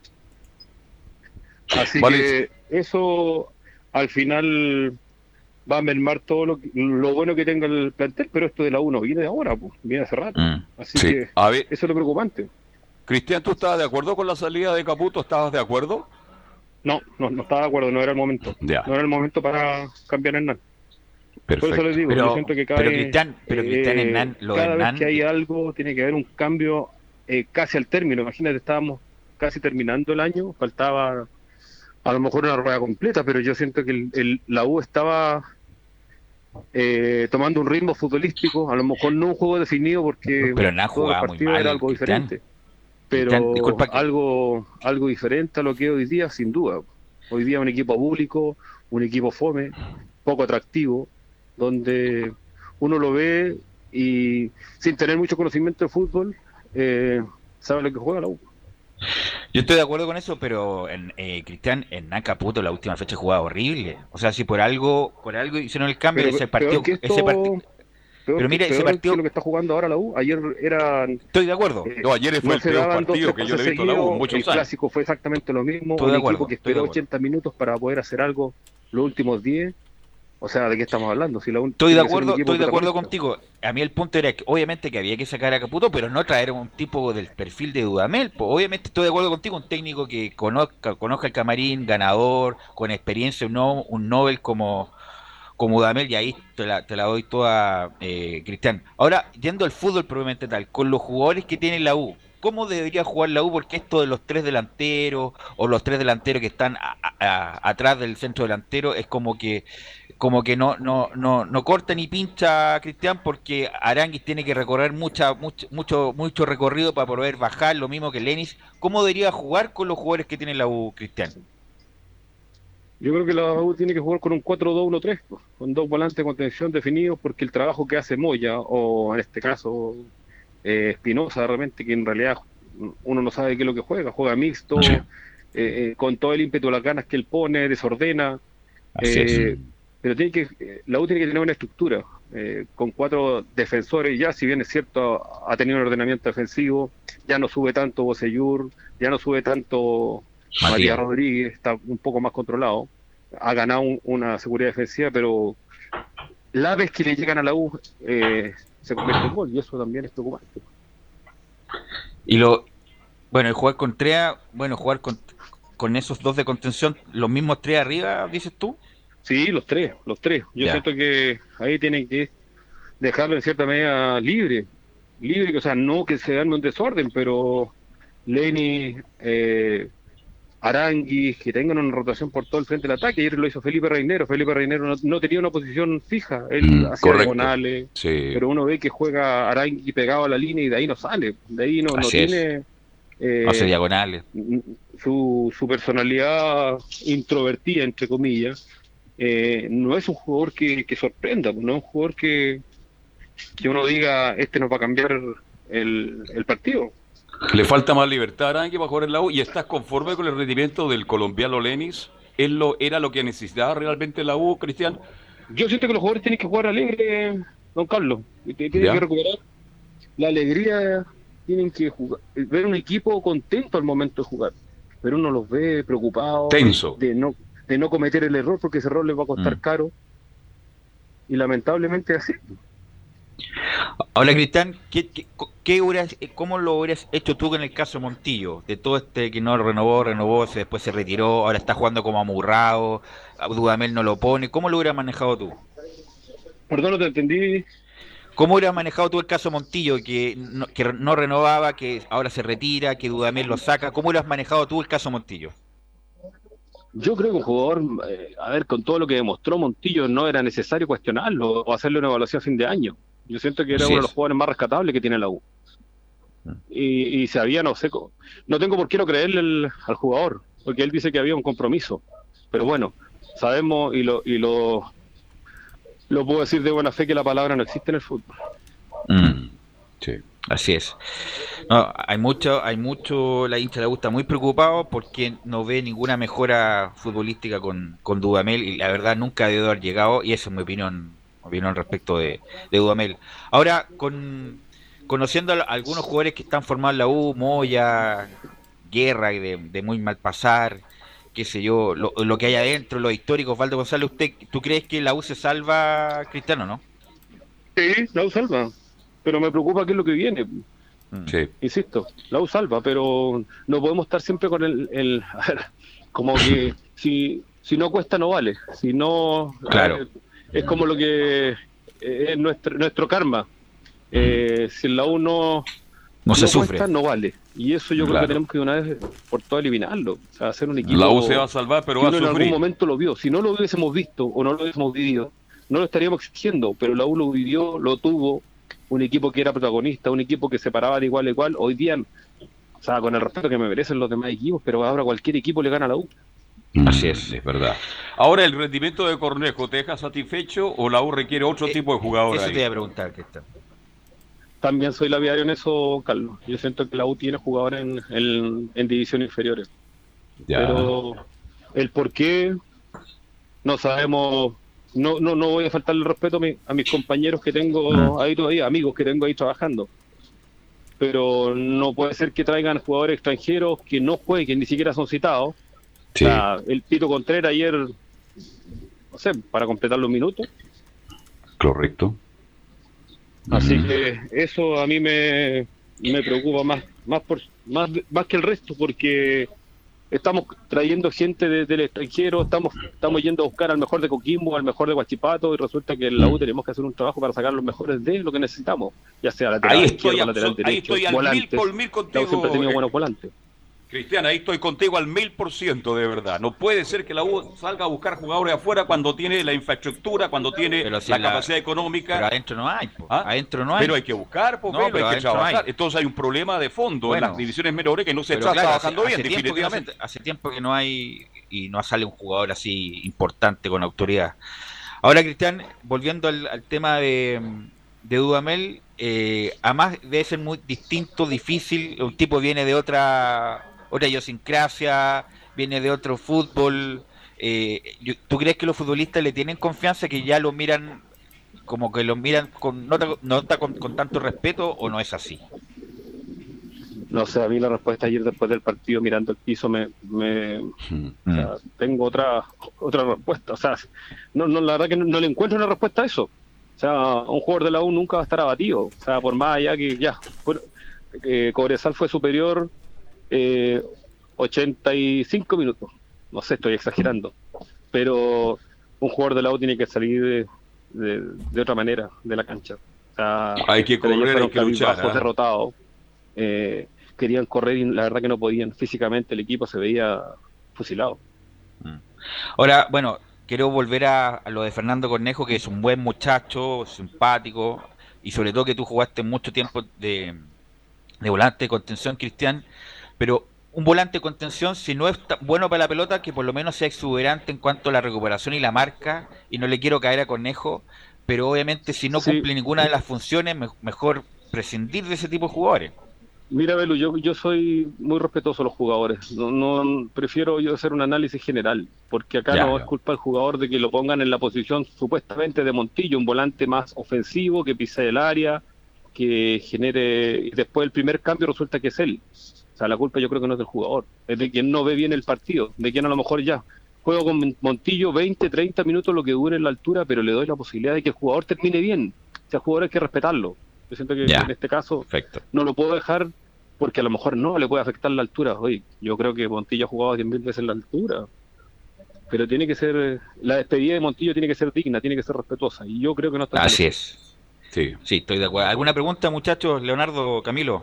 Así vale. que eso al final va a mermar todo lo, lo bueno que tenga el plantel, pero esto de la U no viene de ahora, pues, viene hace rato. Mm, Así sí. que a ver, eso es lo preocupante. Cristian, ¿tú estabas de acuerdo con la salida de Caputo? ¿Estabas de acuerdo? No, no, no estaba de acuerdo, no era el momento. Ya. No era el momento para cambiar Hernán. Perfecto. Por eso les digo, pero, yo siento que cada, pero Cristian, pero Cristian eh, Hernán, lo cada Hernán... vez que hay algo tiene que haber un cambio eh, casi al término. Imagínate, estábamos casi terminando el año, faltaba a lo mejor una rueda completa, pero yo siento que el, el, la U estaba eh, tomando un ritmo futbolístico, a lo mejor no un juego definido porque pero Hernán jugaba muy mal, era algo Cristian. diferente, pero Cristian, algo algo diferente a lo que es hoy día, sin duda. Hoy día un equipo público, un equipo fome, poco atractivo, donde uno lo ve y sin tener mucho conocimiento de fútbol, eh, sabe lo que juega la U. Yo estoy de acuerdo con eso, pero en, eh, Cristian, en Caputo la última fecha jugaba horrible. O sea, si por algo por algo hicieron el cambio Pero- ese partido, peor que esto- ese partido. Peor Pero que- mira, ese peor partido. que lo que está jugando ahora la U, ayer eran... Estoy de acuerdo. eh, No, ayer fue el se peor daban dos, partido tres que yo le he pases visto a la U en seguidos, muchos el años. clásico fue exactamente lo mismo, Estoy un de equipo acuerdo, que estoy de esperó acuerdo. ochenta minutos para poder hacer algo los últimos diez. O sea, ¿de qué estamos hablando? Si la U Estoy de tiene que ser un acuerdo, equipo estoy de acuerdo protagonista. contigo. A mí el punto era que obviamente que había que sacar a Caputo, pero no traer a un tipo del perfil de Dudamel. Pues obviamente estoy de acuerdo contigo, un técnico que conozca, conozca el camarín, ganador, con experiencia, un, no, un Nobel como, como Dudamel, y ahí te la, te la doy toda, eh, Cristian. Ahora, yendo al fútbol probablemente tal, con los jugadores que tiene la U, ¿cómo debería jugar la U? Porque esto de los tres delanteros, o los tres delanteros que están a- a- a- atrás del centro delantero, es como que como que no no no no corta ni pincha a Cristian, porque Aranguis tiene que recorrer mucha mucho mucho mucho recorrido para poder bajar, lo mismo que Lenis. ¿Cómo debería jugar con los jugadores que tiene la U, Cristian? Yo creo que la U tiene que jugar con un cuatro dos uno tres, pues, con dos volantes de contención definidos, porque el trabajo que hace Moya, o en este caso eh, Espinosa, realmente, que en realidad uno no sabe qué es lo que juega, juega mixto, Sí. eh, eh, con todo el ímpetu, las ganas que él pone, desordena. Así eh, es. Pero tiene que, eh, la U tiene que tener una estructura, eh, con cuatro defensores ya, si bien es cierto, ha tenido un ordenamiento defensivo, ya no sube tanto Bocellur, ya no sube tanto Matías. Matías Rodríguez, está un poco más controlado, ha ganado un- una seguridad defensiva, pero la vez que le llegan a la U eh, se convierte en gol, y eso también es preocupante. Y lo bueno, el jugar con Trea, bueno, jugar con con esos dos de contención, los mismos tres arriba, dices tú. Sí, los tres, los tres. Yo Ya. siento que ahí tienen que dejarlo en cierta medida libre. Libre, o sea, no que se arme un desorden, pero Lenny, eh, Aranguis, que tengan una rotación por todo el frente del ataque. Ayer lo hizo Felipe Reinero. Felipe Reinero no, no tenía una posición fija. Él Mm, hacía correcto. diagonales, Sí. pero uno ve que juega Aranguis pegado a la línea y de ahí no sale. De ahí no, no Así es. tiene... eh, Hace diagonales. su, su personalidad introvertida, entre comillas, eh, no es un jugador que, que sorprenda, no es un jugador que, que uno diga, este nos va a cambiar el, el partido. Le falta más libertad a Arangui para jugar en la U. ¿Y estás conforme con el rendimiento del colombiano Lenis? ¿Él lo, ¿Era lo que necesitaba realmente la U, Cristian? Yo siento que los jugadores tienen que jugar alegre, don Carlos, y te- tienen Ya. que recuperar la alegría, tienen que jugar, ver un equipo contento al momento de jugar, pero uno los ve preocupados Tenso. de no de no cometer el error, porque ese error les va a costar Mm. caro, y lamentablemente es así. Ahora, Cristian, ¿qué, qué, qué hubieras- ¿cómo lo hubieras hecho tú en el caso de Montillo? De todo este que no renovó, renovó, se, después se retiró, ahora está jugando como amurrado, a Dudamel no lo pone. ¿Cómo lo hubieras manejado tú? Perdón, no te entendí. ¿Cómo hubieras manejado tú el caso Montillo, que no, que no renovaba, que ahora se retira, que Dudamel lo saca? ¿Cómo hubieras manejado tú el caso Montillo? Yo creo que un jugador, eh, a ver, con todo lo que demostró Montillo, no era necesario cuestionarlo o hacerle una evaluación a fin de año. Yo siento que era Así uno de es. los jugadores más rescatables que tiene la U. Y, y sabía, no sé, co- no tengo por qué no creerle el- al jugador, porque él dice que había un compromiso. Pero bueno, sabemos y lo y lo, lo puedo decir de buena fe que la palabra no existe en el fútbol. Mm, sí, así es. No, hay mucho, hay mucho, la hincha le gusta muy preocupado porque no ve ninguna mejora futbolística con, con Dudamel, y la verdad nunca debe haber llegado, y esa es mi opinión, opinión respecto de, de Dudamel. Ahora, con conociendo a algunos jugadores que están formados en la U, Moya, Guerra, de, de muy mal pasar, qué sé yo, lo, lo que hay adentro, los históricos, Osvaldo González, ¿usted, ¿tú crees que la U se salva, Cristiano, no? Sí, la U salva, pero me preocupa qué es lo que viene. Sí. Insisto, la U salva, pero no podemos estar siempre con el, el a ver, como que si, si no cuesta no vale, si no, Claro. a ver, es como lo que eh, es nuestro, nuestro karma. Eh, si en la U no, No se cuesta, sufre. no vale. Y eso yo creo Claro. que tenemos que de una vez por todas eliminarlo. O sea, hacer un equipo. La U se va a salvar, pero que va a uno en algún sufrir. momento lo vio. Si no lo hubiésemos visto o no lo hubiésemos vivido, no lo estaríamos exigiendo, pero la U lo vivió, lo tuvo, un equipo que era protagonista, un equipo que se paraba de igual a igual. Hoy día, o sea, con el respeto que me merecen los demás equipos, pero ahora cualquier equipo le gana a la U. Así es. Es verdad. Ahora, ¿el rendimiento de Cornejo te deja satisfecho o la U requiere otro tipo de jugador Eso ahí? te iba a preguntar, Cristian. también soy lapidario en eso, Carlos. Yo siento que la U tiene jugadores en, en, en divisiones inferiores. Ya. Pero el por qué no sabemos. No no no voy a faltarle el respeto a, mi, a mis compañeros que tengo mm. ahí todavía, amigos que tengo ahí trabajando. Pero no puede ser que traigan jugadores extranjeros que no jueguen, que ni siquiera son citados. Sí. O sea, el Tito Contreras ayer, no sé, para completar los minutos. Correcto. Así mm. que eso a mí me, me preocupa más más por más más que el resto, porque estamos trayendo gente de, del extranjero, estamos estamos yendo a buscar al mejor de Coquimbo, al mejor de Huachipato, y resulta que en la U tenemos que hacer un trabajo para sacar los mejores de lo que necesitamos, ya sea lateral ahí izquierdo, estoy, lateral derecho, ahí estoy al volantes. mil por mil contigo. La U siempre ha tenido eh, buenos volantes. Cristian, ahí estoy contigo al mil por ciento, de verdad. No puede ser que la U salga a buscar jugadores afuera cuando tiene la infraestructura, cuando tiene si la, la capacidad económica. Pero adentro no hay, po. ¿Ah? Adentro no hay. Pero hay que buscar, po, no, pero pero hay que trabajar. Hay. Entonces hay un problema de fondo bueno, en las divisiones menores que no se está claro, trabajando hace, bien, hace definitivamente. Tiempo hace, hace tiempo que no hay y no sale un jugador así importante con autoridad. Ahora, Cristian, volviendo al, al tema de, de Dudamel, eh, además debe ser muy distinto, difícil. Un tipo viene de otra otra idiosincrasia, viene de otro fútbol. Eh, ¿Tú crees que los futbolistas le tienen confianza, que ya lo miran como que lo miran con nota, nota con, con tanto respeto, o no es así? No sé, a mí la respuesta ayer después del partido, mirando el piso, me, me mm. o sea, tengo otra otra respuesta. O sea, no, no, la verdad que no, no le encuentro una respuesta a eso. O sea, un jugador de la U nunca va a estar abatido. O sea, por más allá que ya, por, eh, Cobresal fue superior eh, ochenta y cinco minutos. No sé, estoy exagerando. Pero un jugador de la U tiene que salir de, de, de otra manera de la cancha. O sea, hay que correr, hay que luchar. ¿eh? Derrotados. Eh, querían correr y la verdad que no podían. Físicamente el equipo se veía fusilado. Ahora, bueno, quiero volver a, a lo de Fernando Cornejo, que es un buen muchacho, simpático, y sobre todo que tú jugaste mucho tiempo de, de volante de contención, Cristian, pero un volante de contención, si no es bueno para la pelota, que por lo menos sea exuberante en cuanto a la recuperación y la marca, y no le quiero caer a Cornejo, pero obviamente si no sí. cumple ninguna de las funciones, me, mejor prescindir de ese tipo de jugadores. Mira, Belu, yo, yo soy muy respetuoso a los jugadores. No, no prefiero yo hacer un análisis general, porque acá ya, no es culpa del jugador de que lo pongan en la posición supuestamente de Montillo, un volante más ofensivo, que pise el área, que genere... Y después el primer cambio resulta que es él. O sea, la culpa yo creo que no es del jugador, es de quien no ve bien el partido, de quien a lo mejor ya juego con Montillo veinte, treinta minutos, lo que dure en la altura, pero le doy la posibilidad de que el jugador termine bien. O sea, el jugador hay que respetarlo. Yo siento que ya, en este caso perfecto. No lo puedo dejar porque a lo mejor no le puede afectar la altura. Oye, yo creo que Montillo ha jugado diez mil veces en la altura, pero tiene que ser, la despedida de Montillo tiene que ser digna, tiene que ser respetuosa, y yo creo que no está. Así es. Sí, sí, estoy de acuerdo. ¿Alguna pregunta, muchachos? Leonardo, Camilo.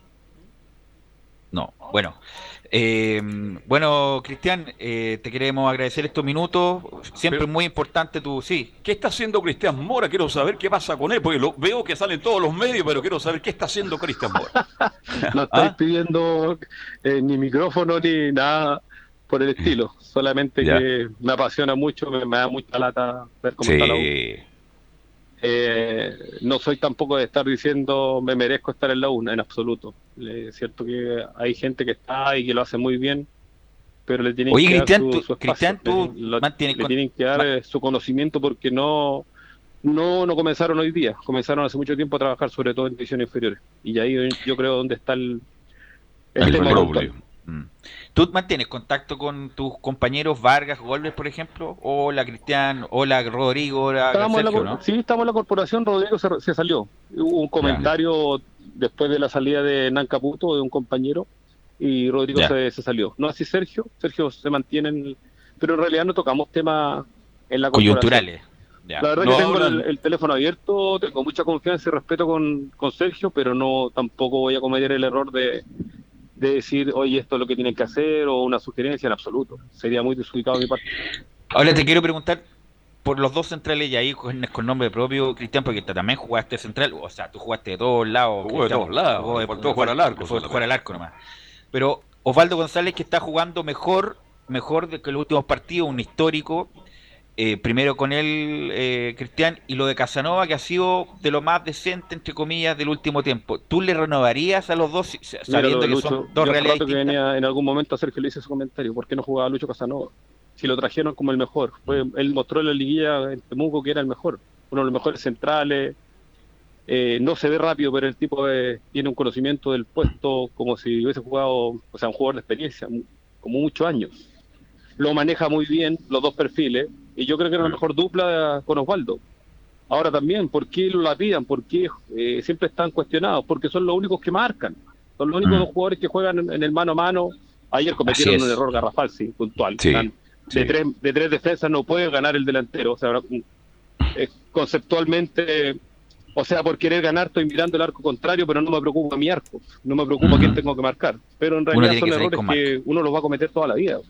No, bueno. Eh, bueno, Cristian, eh, te queremos agradecer estos minutos. Siempre Pero, muy importante tu... Sí. ¿Qué está haciendo Cristian Mora? Quiero saber qué pasa con él, porque lo, veo que salen todos los medios, pero quiero saber qué está haciendo Cristian Mora. No estoy ¿Ah? pidiendo eh, ni micrófono ni nada por el estilo. Solamente ya. que me apasiona mucho, me, me da mucha lata ver cómo sí. está la U. Eh, no soy tampoco de estar diciendo me merezco estar en la U, en absoluto. Es cierto que hay gente que está y que lo hace muy bien, pero le tienen Oye, que Cristian, dar su, tú, su Cristian, tú le, mantienes le con... tienen que dar Man... su conocimiento, porque no, no no comenzaron hoy día, comenzaron hace mucho tiempo a trabajar, sobre todo en divisiones inferiores, y ahí yo creo donde está el, el, el tema problema. ¿Tú mantienes contacto con tus compañeros Vargas, Golbes, por ejemplo? Hola, Cristian. Hola, Rodrigo. Hola, Sergio, la, ¿no? Sí, estamos en la corporación. Rodrigo se, se salió. Hubo un comentario ya. después de la salida de Nan Caputo, de un compañero, y Rodrigo se, se salió. No así Sergio. Sergio se mantiene en el, pero en realidad no tocamos temas en la corporación. Coyunturales. Ya. La verdad no, que tengo no, el, el teléfono abierto, tengo mucha confianza y respeto con, con Sergio, pero no tampoco voy a cometer el error de... de decir, oye, esto es lo que tienen que hacer, o una sugerencia, en absoluto. Sería muy desubicado de mi parte. Ahora te quiero preguntar por los dos centrales, y ahí con, con nombre propio, Cristian, porque también jugaste central, o sea, tú jugaste de todos lados. Jugó de todos lados, jugó de, faltó jugar al arco. Fue jugar al arco nomás. Pero Osvaldo González, que está jugando mejor, mejor de que los últimos partidos, un histórico, eh, primero con él, eh, Cristian, y lo de Casanova, que ha sido de lo más decente, entre comillas, del último tiempo. ¿Tú le renovarías a los dos sabiendo que Lucho, son dos yo realidades que venía en algún momento a Sergio le hice ese comentario, ¿por qué no jugaba Lucho Casanova? Si lo trajeron como el mejor, fue, él mostró en la liguilla en Temuco que era el mejor, uno de los mejores centrales, eh, no se ve rápido, pero el tipo eh, tiene un conocimiento del puesto como si hubiese jugado, o sea, un jugador de experiencia, como muchos años. Lo maneja muy bien los dos perfiles, y yo creo que era la mejor dupla con Osvaldo. Ahora también, ¿por qué lo lapidan? ¿Por qué eh, siempre están cuestionados? Porque son los únicos que marcan, son los únicos mm. dos jugadores que juegan en, en el mano a mano. Ayer cometieron un error garrafal, sí, puntual. Sí. Están, De, sí. tres, de tres defensas no puede ganar el delantero, o sea, eh, conceptualmente, o sea, por querer ganar estoy mirando el arco contrario, pero no me preocupa mi arco, no me preocupa uh-huh. quién tengo que marcar, pero en realidad son errores que uno los va a cometer toda la vida.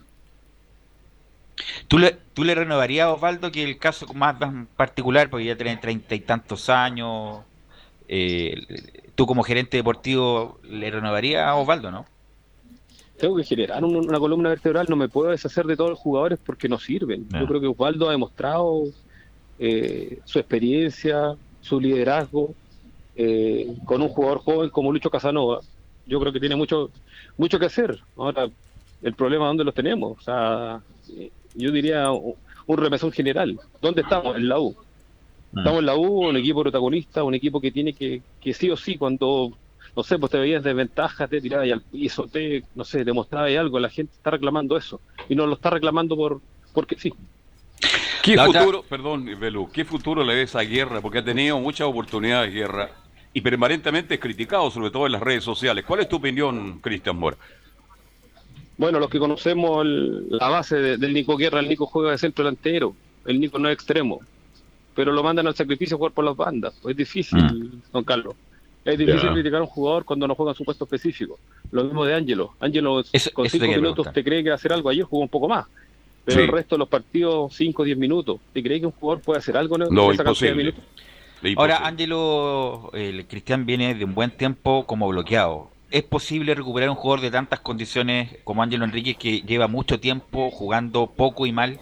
¿Tú le, ¿Tú le renovarías a Osvaldo, que el caso más particular, porque ya tiene treinta y tantos años, eh, tú como gerente deportivo le renovarías a Osvaldo, ¿no? Tengo que generar una, una columna vertebral, no me puedo deshacer de todos los jugadores porque no sirven. No. Yo creo que Osvaldo ha demostrado eh, su experiencia, su liderazgo, eh, con un jugador joven como Lucho Casanova. Yo creo que tiene mucho mucho que hacer. Ahora, el problema, ¿dónde los tenemos? O sea, yo diría un remesón general. ¿Dónde estamos? En la U. No. Estamos en la U, un equipo protagonista, un equipo que tiene que, que sí o sí, cuando... no sé, pues te veías desventaja, te tirabas al piso, te, no sé, demostrabas algo, la gente está reclamando eso, y no lo está reclamando por porque sí. ¿Qué la futuro, otra... perdón, Belú, qué futuro le ves a Guerra? Porque ha tenido muchas oportunidades Guerra, y permanentemente es criticado, sobre todo en las redes sociales. ¿Cuál es tu opinión, Cristian Mora? Bueno, los que conocemos el, la base de, del Nico Guerra, el Nico juega de centro delantero, el Nico no es extremo, pero lo mandan al sacrificio a jugar por las bandas, pues es difícil, mm. don Carlos. Es difícil yeah. criticar a un jugador cuando no juega en su puesto específico. Lo mismo de Ángelo. Ángelo con cinco minutos te cree que va a hacer algo. Ayer jugó un poco más. Pero sí. el resto de los partidos, cinco o diez minutos. ¿Te cree que un jugador puede hacer algo en no, esa cantidad de minutos? Ahora, Ángelo, el Cristian viene de un buen tiempo como bloqueado. ¿Es posible recuperar un jugador de tantas condiciones como Ángelo Enríquez, que lleva mucho tiempo jugando poco y mal?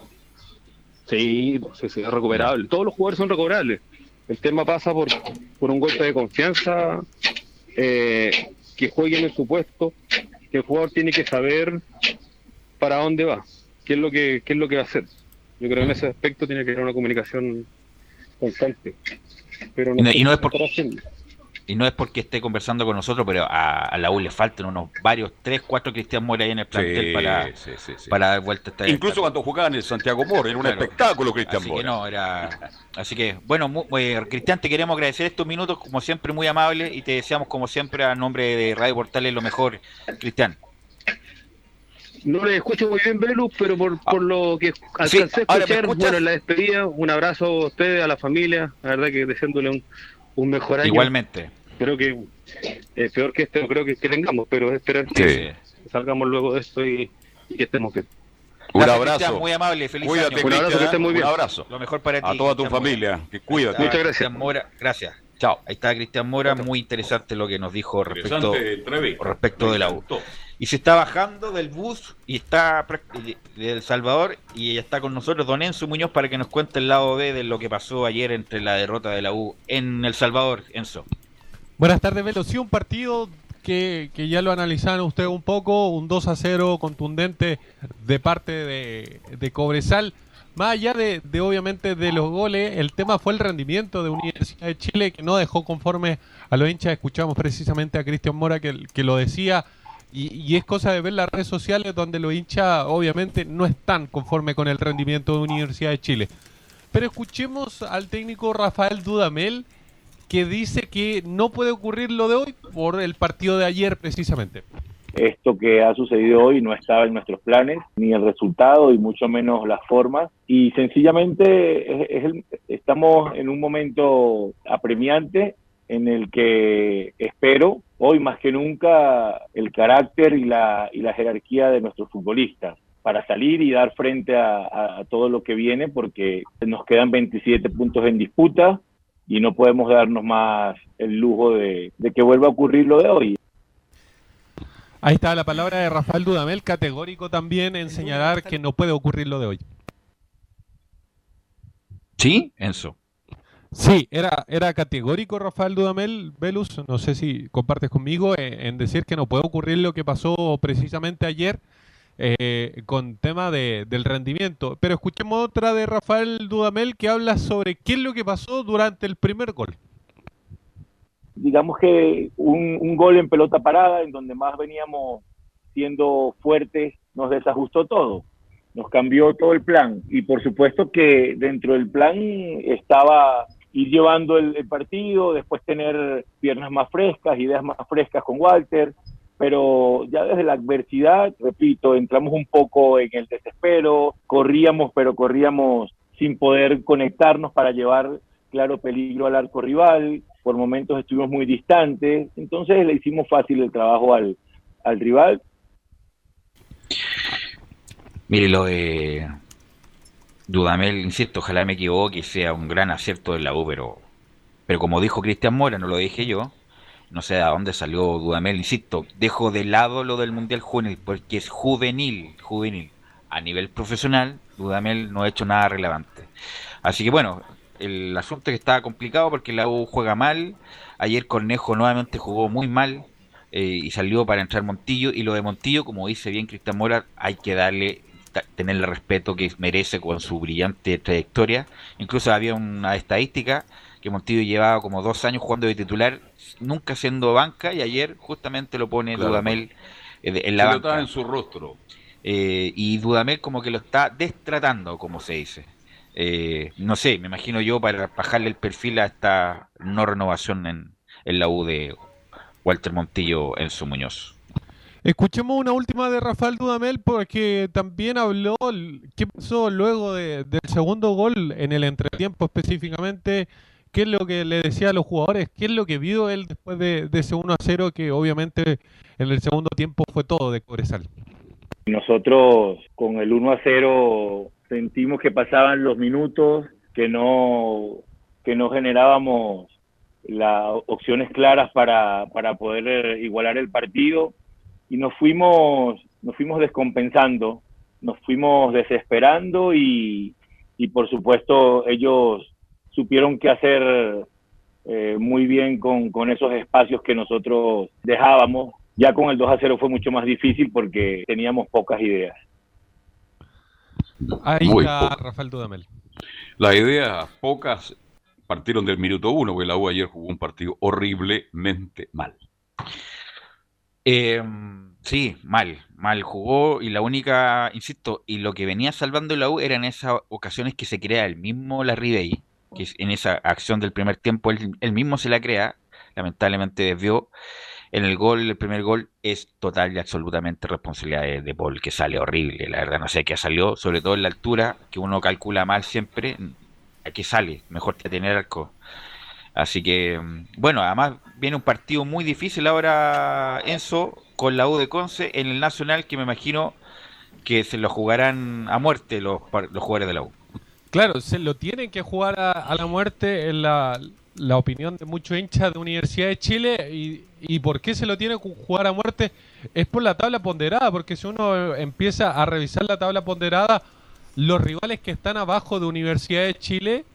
Sí, sí, sí, es recuperable. Todos los jugadores son recuperables. El tema pasa por, por un golpe de confianza, eh, que jueguen en su puesto, que el jugador tiene que saber para dónde va, qué es lo que qué es lo que va a hacer. Yo creo que en ese aspecto tiene que haber una comunicación constante. Pero no y, no, y, no es por, y no es porque esté conversando con nosotros, pero a, a la U le faltan unos varios, tres, cuatro Cristian Mora ahí en el plantel sí, para, sí, sí, sí. para dar vuelta a esta incluso esta... cuando jugaban en el Santiago Mora, era un claro, espectáculo Cristian así Mora. Que no, era... Así que, bueno, muy, eh, Cristian, te queremos agradecer estos minutos, como siempre, muy amable, y te deseamos, como siempre, a nombre de Radio Portales, lo mejor, Cristian. No le escucho muy bien, Belus, pero por, por lo que alcancé sí, a escuchar, bueno, en la despedida, un abrazo a ustedes, a la familia, la verdad que deseándole un, un mejor año. Igualmente. Creo que eh, peor que este no creo que, que tengamos, pero esperar que sí. salgamos luego de esto y, y que estemos bien. Un Gracias, abrazo. Cristian, muy amable, feliz cuídate, año. Un abrazo, que estés muy bien. Un abrazo. Lo mejor para ti. A toda tu familia, Mora. Que cuídate. Muchas gracias. Mora, gracias. Chao. Ahí está Cristian Mora, muy interesante lo que nos dijo respecto, respecto de la U. Y se está bajando del bus y está de El Salvador y está con nosotros don Enzo Muñoz para que nos cuente el lado B de lo que pasó ayer entre la derrota de la U en El Salvador. Enzo. Buenas tardes, Velo. Sí, un partido que, que ya lo analizaron ustedes un poco, un dos a cero contundente de parte de, de Cobresal. Más allá de, de obviamente de los goles, el tema fue el rendimiento de Universidad de Chile, que no dejó conforme a los hinchas. Escuchamos precisamente a Cristian Mora que, que lo decía, y, y es cosa de ver las redes sociales donde los hinchas obviamente no están conforme con el rendimiento de Universidad de Chile. Pero escuchemos al técnico Rafael Dudamel, que dice que no puede ocurrir lo de hoy por el partido de ayer precisamente. Esto que ha sucedido hoy no estaba en nuestros planes, ni el resultado y mucho menos las formas, y sencillamente es, es el, estamos en un momento apremiante en el que espero hoy más que nunca el carácter y la, y la jerarquía de nuestros futbolistas para salir y dar frente a, a, a todo lo que viene, porque nos quedan veintisiete puntos en disputa y no podemos darnos más el lujo de, de que vuelva a ocurrir lo de hoy. Ahí está la palabra de Rafael Dudamel, categórico también en señalar que no puede ocurrir lo de hoy. ¿Sí, Enzo? Sí, era, era categórico Rafael Dudamel, Velus, no sé si compartes conmigo, en, en decir que no puede ocurrir lo que pasó precisamente ayer eh, con tema de, del rendimiento. Pero escuchemos otra de Rafael Dudamel que habla sobre qué es lo que pasó durante el primer gol. Digamos que un, un gol en pelota parada, en donde más veníamos siendo fuertes, nos desajustó todo, nos cambió todo el plan. Y por supuesto que dentro del plan estaba ir llevando el, el partido, después tener piernas más frescas, ideas más frescas con Walter, pero ya desde la adversidad, repito, entramos un poco en el desespero, corríamos, pero corríamos sin poder conectarnos para llevar, claro, peligro al arco rival. Por momentos estuvimos muy distantes, entonces le hicimos fácil el trabajo al, al rival. Mire, lo de Dudamel, insisto, ojalá me equivoque y sea un gran acierto de la U, pero, pero como dijo Cristian Mora, no lo dije yo, no sé a dónde salió Dudamel, insisto, dejo de lado lo del Mundial Juvenil, porque es juvenil, juvenil. A nivel profesional, Dudamel no ha hecho nada relevante. Así que bueno, el asunto es que estaba complicado porque la U juega mal. Ayer Cornejo nuevamente jugó muy mal eh, y salió para entrar Montillo. Y lo de Montillo, como dice bien Cristian Mora, hay que darle, tenerle respeto que merece con su brillante trayectoria. Incluso había una estadística que Montillo llevaba como dos años jugando de titular, nunca siendo banca, y ayer justamente lo pone claro, Dudamel eh, en la banca. en su rostro. Eh, y Dudamel como que lo está destratando, como se dice. Eh, no sé, me imagino yo para bajarle el perfil a esta no renovación en, en la U de Walter Montillo, Enzo Muñoz. Escuchemos una última de Rafael Dudamel porque también habló qué pasó luego de, del segundo gol en el entretiempo específicamente, qué es lo que le decía a los jugadores, qué es lo que vio él después de, de ese uno a cero que obviamente en el segundo tiempo fue todo de Cobresal. Nosotros con el uno a cero sentimos que pasaban los minutos, que no, que no generábamos las opciones claras para, para poder igualar el partido y nos fuimos, nos fuimos descompensando, nos fuimos desesperando y, y por supuesto ellos supieron qué hacer eh, muy bien con, con esos espacios que nosotros dejábamos. Ya con el dos a cero fue mucho más difícil porque teníamos pocas ideas. Ahí Muy está poco. Rafael Dudamel. Las ideas pocas partieron del minuto uno, porque la U ayer jugó un partido horriblemente mal. Eh, sí, mal, mal jugó y la única, insisto, y lo que venía salvando la U eran esas ocasiones que se crea el mismo Larribey, que en esa acción del primer tiempo él, él mismo se la crea, lamentablemente desvió. En el gol, el primer gol, es total y absolutamente responsabilidad de, de Paul, que sale horrible, la verdad no sé qué salió, sobre todo en la altura, que uno calcula mal siempre, ¿a qué sale? Mejor que tener arco. Así que, bueno, además viene un partido muy difícil ahora, Enzo, con la U de Conce en el Nacional, que me imagino que se lo jugarán a muerte los, los jugadores de la U. Claro, se lo tienen que jugar a, a la muerte en la... la opinión de muchos hinchas de Universidad de Chile. y, y por qué se lo tiene que jugar a muerte es por la tabla ponderada, porque si uno empieza a revisar la tabla ponderada, los rivales que están abajo de Universidad de Chile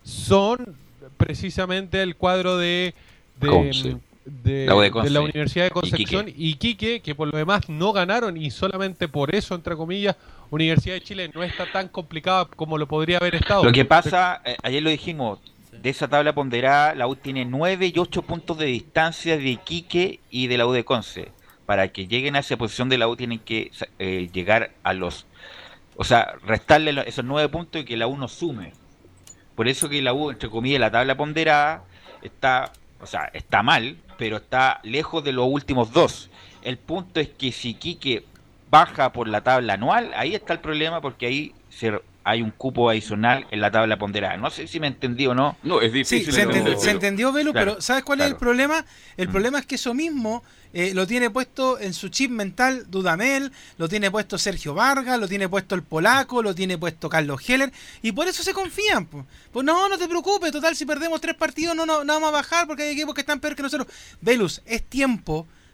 son precisamente el cuadro de de, de, la, de de la Universidad de Concepción y Iquique, que por lo demás no ganaron y solamente por eso, entre comillas, Universidad de Chile no está tan complicada como lo podría haber estado. Lo que pasa, eh, ayer lo dijimos, de esa tabla ponderada, la U tiene nueve y ocho puntos de distancia de Iquique y de la U de Conce. Para que lleguen a esa posición de la U tienen que eh, llegar a los... O sea, restarle esos nueve puntos y que la U no sume. Por eso que la U, entre comillas, la tabla ponderada está... O sea, está mal, pero está lejos de los últimos dos. El punto es que si Iquique baja por la tabla anual, ahí está el problema, porque ahí se... hay un cupo adicional en la tabla ponderada. No sé si me entendí o no. No, es difícil. Sí, se, entendió, pero... se entendió, Velu, claro, pero ¿sabes cuál claro. es el problema? El mm. problema es que eso mismo eh, lo tiene puesto en su chip mental Dudamel, lo tiene puesto Sergio Vargas, lo tiene puesto el Polaco, lo tiene puesto Carlos Heller, y por eso se confían. Pues, pues no, no te preocupes, total, si perdemos tres partidos no, no, no vamos a bajar porque hay equipos que están peor que nosotros. Velus, es tiempo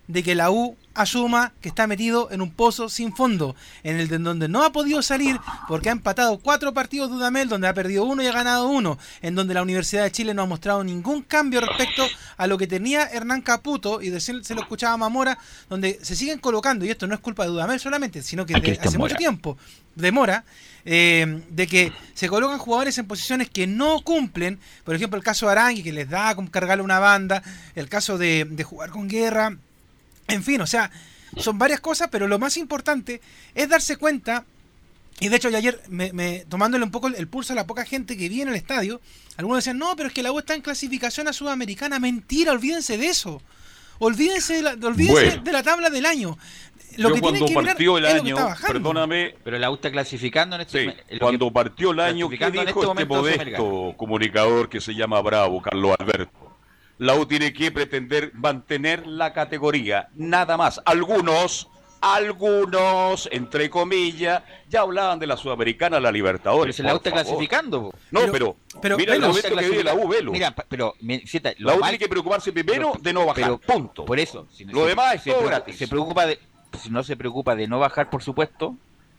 de que la U asuma que está metido en un pozo sin fondo, en el de donde no ha podido salir porque ha empatado cuatro partidos Dudamel, donde ha perdido uno y ha ganado uno, en donde la Universidad de Chile no ha mostrado ningún cambio respecto a lo que tenía Hernán Caputo, y de se lo escuchaba Mamora, donde se siguen colocando, y esto no es culpa de Dudamel solamente, sino que de, hace mucho tiempo de Mora, eh, de que se colocan jugadores en posiciones que no cumplen, por ejemplo el caso de Arangui, que les da como cargarle una banda, el caso de, de jugar con Guerra. En fin, o sea, son varias cosas, pero lo más importante es darse cuenta, y de hecho yo ayer, me, me, tomándole un poco el, el pulso a la poca gente que vi en el estadio, algunos decían, no, pero es que la U está en clasificación a Sudamericana. Mentira, olvídense de eso. Olvídense de la, olvídense bueno. de la tabla del año. Lo yo que cuando que partió el año, perdóname... Pero la U está clasificando en este sí, el cuando que, partió el año, ¿qué dijo este, este modesto comunicador que se llama Bravo, Carlos Alberto? La U tiene que pretender mantener la categoría, nada más. Algunos, algunos, entre comillas, ya hablaban de la Sudamericana, la Libertadores. Pero se la U está clasificando. No, pero, pero, pero mira el momento que vive la U, velo. Mira, pero, cita, la U mal, tiene que preocuparse primero pero, de no bajar, pero, punto. Por eso. Si Lo se, demás es se, todo se, gratis. Se preocupa de, si no se preocupa de no bajar, por supuesto,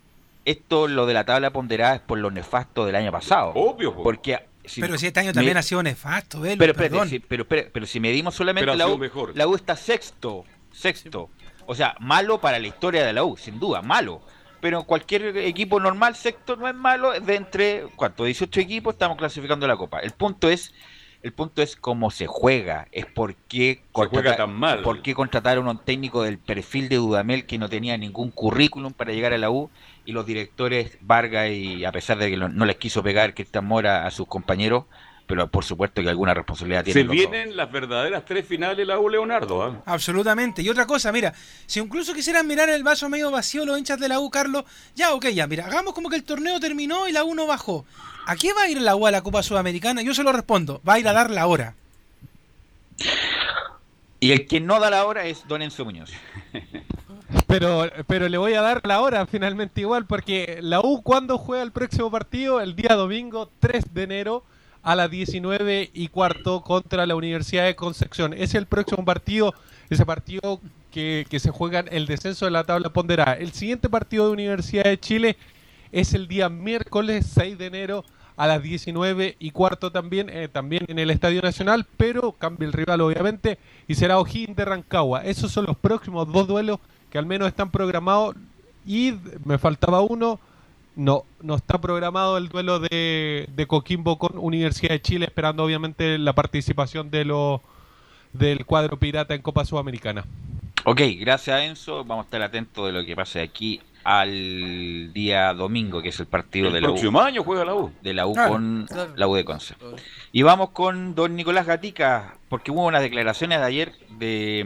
esto, lo de la tabla ponderada, es por lo nefasto del año pasado. Obvio. Porque... Si pero si este año también me... ha sido nefasto, Velo, pero, pero, si, pero, pero, pero si medimos solamente la U, mejor. la U está sexto, sexto. O sea, malo para la historia de la U, sin duda, malo. Pero cualquier equipo normal, sexto, no es malo. De entre, ¿cuánto? dieciocho equipos estamos clasificando la Copa. El punto es, el punto es cómo se juega, es por qué, se juega tan mal. por qué contrataron a un técnico del perfil de Dudamel que no tenía ningún currículum para llegar a la U, y los directores Vargas, y a pesar de que no les quiso pegar Cristian Mora a sus compañeros, pero por supuesto que alguna responsabilidad tiene. Se vienen las verdaderas tres finales la U, Leonardo. ¿eh? Absolutamente. Y otra cosa, mira, si incluso quisieran mirar el vaso medio vacío los hinchas de la U, Carlos, ya, ok, ya, mira, hagamos como que el torneo terminó y la U no bajó. ¿A qué va a ir la U a la Copa Sudamericana? Yo se lo respondo, va a ir a dar la hora. Y el que no da la hora es Don Enzo Muñoz. Pero, pero le voy a dar la hora finalmente igual, porque la U, ¿cuándo juega el próximo partido? El día domingo tres de enero a las diecinueve y cuarto contra la Universidad de Concepción. Es el próximo partido, ese partido que, que se juega el descenso de la tabla ponderada. El siguiente partido de Universidad de Chile es el día miércoles seis de enero a las diecinueve y cuarto también, eh, también en el Estadio Nacional, pero cambia el rival obviamente y será O'Higgins de Rancagua. Esos son los próximos dos duelos que al menos están programados, y me faltaba uno, no no está programado el duelo de, de Coquimbo con Universidad de Chile, esperando obviamente la participación de los del cuadro pirata en Copa Sudamericana. Ok, gracias Enzo, vamos a estar atentos de lo que pase aquí al día domingo, que es el partido el de la U. El próximo año juega la U. De la U claro, con claro. la U de Conce. Y vamos con don Nicolás Gatica, porque hubo unas declaraciones de ayer de...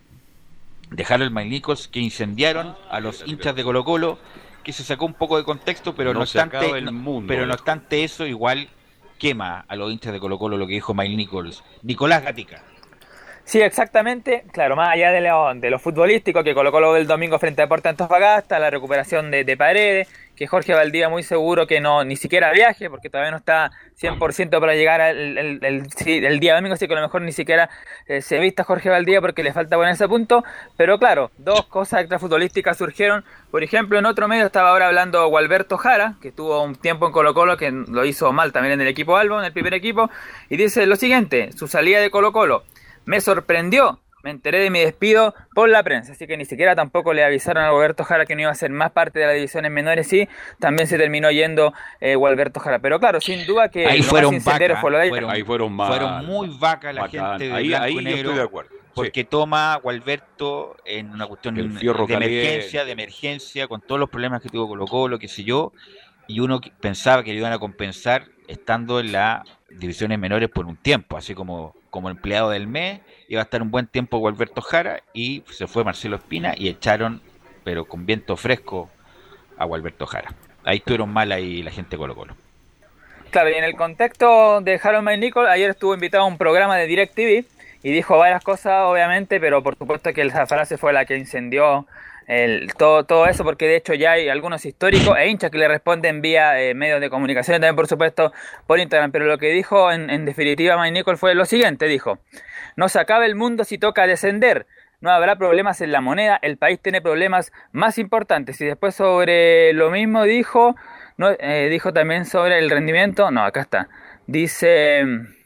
de Harold McNichols que incendiaron a los hinchas de Colo Colo, que se sacó un poco de contexto, pero no, no obstante el mundo, pero no obstante eso igual quema a los hinchas de Colo Colo lo que dijo McNichols. Nicolás Gatica. Sí, exactamente, claro, más allá de lo, de lo futbolístico, que Colo Colo el domingo frente a Deportes Antofagasta, la recuperación de, de Paredes, que Jorge Valdivia muy seguro que no ni siquiera viaje, porque todavía no está cien por ciento para llegar el, el, el, el, el día domingo, así que a lo mejor ni siquiera eh, se vista Jorge Valdivia porque le falta poner ese punto. Pero claro, dos cosas extrafutbolísticas surgieron. Por ejemplo, en otro medio estaba ahora hablando Gualberto Jara, que tuvo un tiempo en Colo Colo, que lo hizo mal también en el equipo Albo, en el primer equipo, y dice lo siguiente: su salida de Colo Colo me sorprendió, me enteré de mi despido por la prensa, así que ni siquiera tampoco le avisaron a Gualberto Jara que no iba a ser más parte de las divisiones menores, y también se terminó yendo eh, Gualberto Jara. Pero claro, sin duda que ahí fueron vacas, fue lo de fueron, ahí fueron, mal, fueron muy vacas la bacán. gente de ahí, blanco ahí y negro, yo estoy de acuerdo. porque sí. toma Gualberto en una cuestión de emergencia, caliente. de emergencia, con todos los problemas que tuvo Colo Colo, qué sé yo, y uno pensaba que le iban a compensar estando en las divisiones menores por un tiempo, así como como empleado del mes, iba a estar un buen tiempo Gualberto Jara, y se fue Marcelo Espina y echaron, pero con viento fresco, a Gualberto Jara. Ahí estuvieron mal ahí la gente de Colo Colo. Claro, y en el contexto de Harold McNichols, ayer estuvo invitado a un programa de DirecTV y dijo varias cosas, obviamente, pero por supuesto que esa frase fue la que incendió el, todo, todo eso, porque de hecho ya hay algunos históricos e hinchas que le responden vía eh, medios de comunicación, también por supuesto por Instagram. Pero lo que dijo en, en definitiva McNichols fue lo siguiente: dijo, no se acaba el mundo si toca descender, no habrá problemas en la moneda, el país tiene problemas más importantes. Y después sobre lo mismo dijo, no, eh, dijo también sobre el rendimiento, no, acá está, dice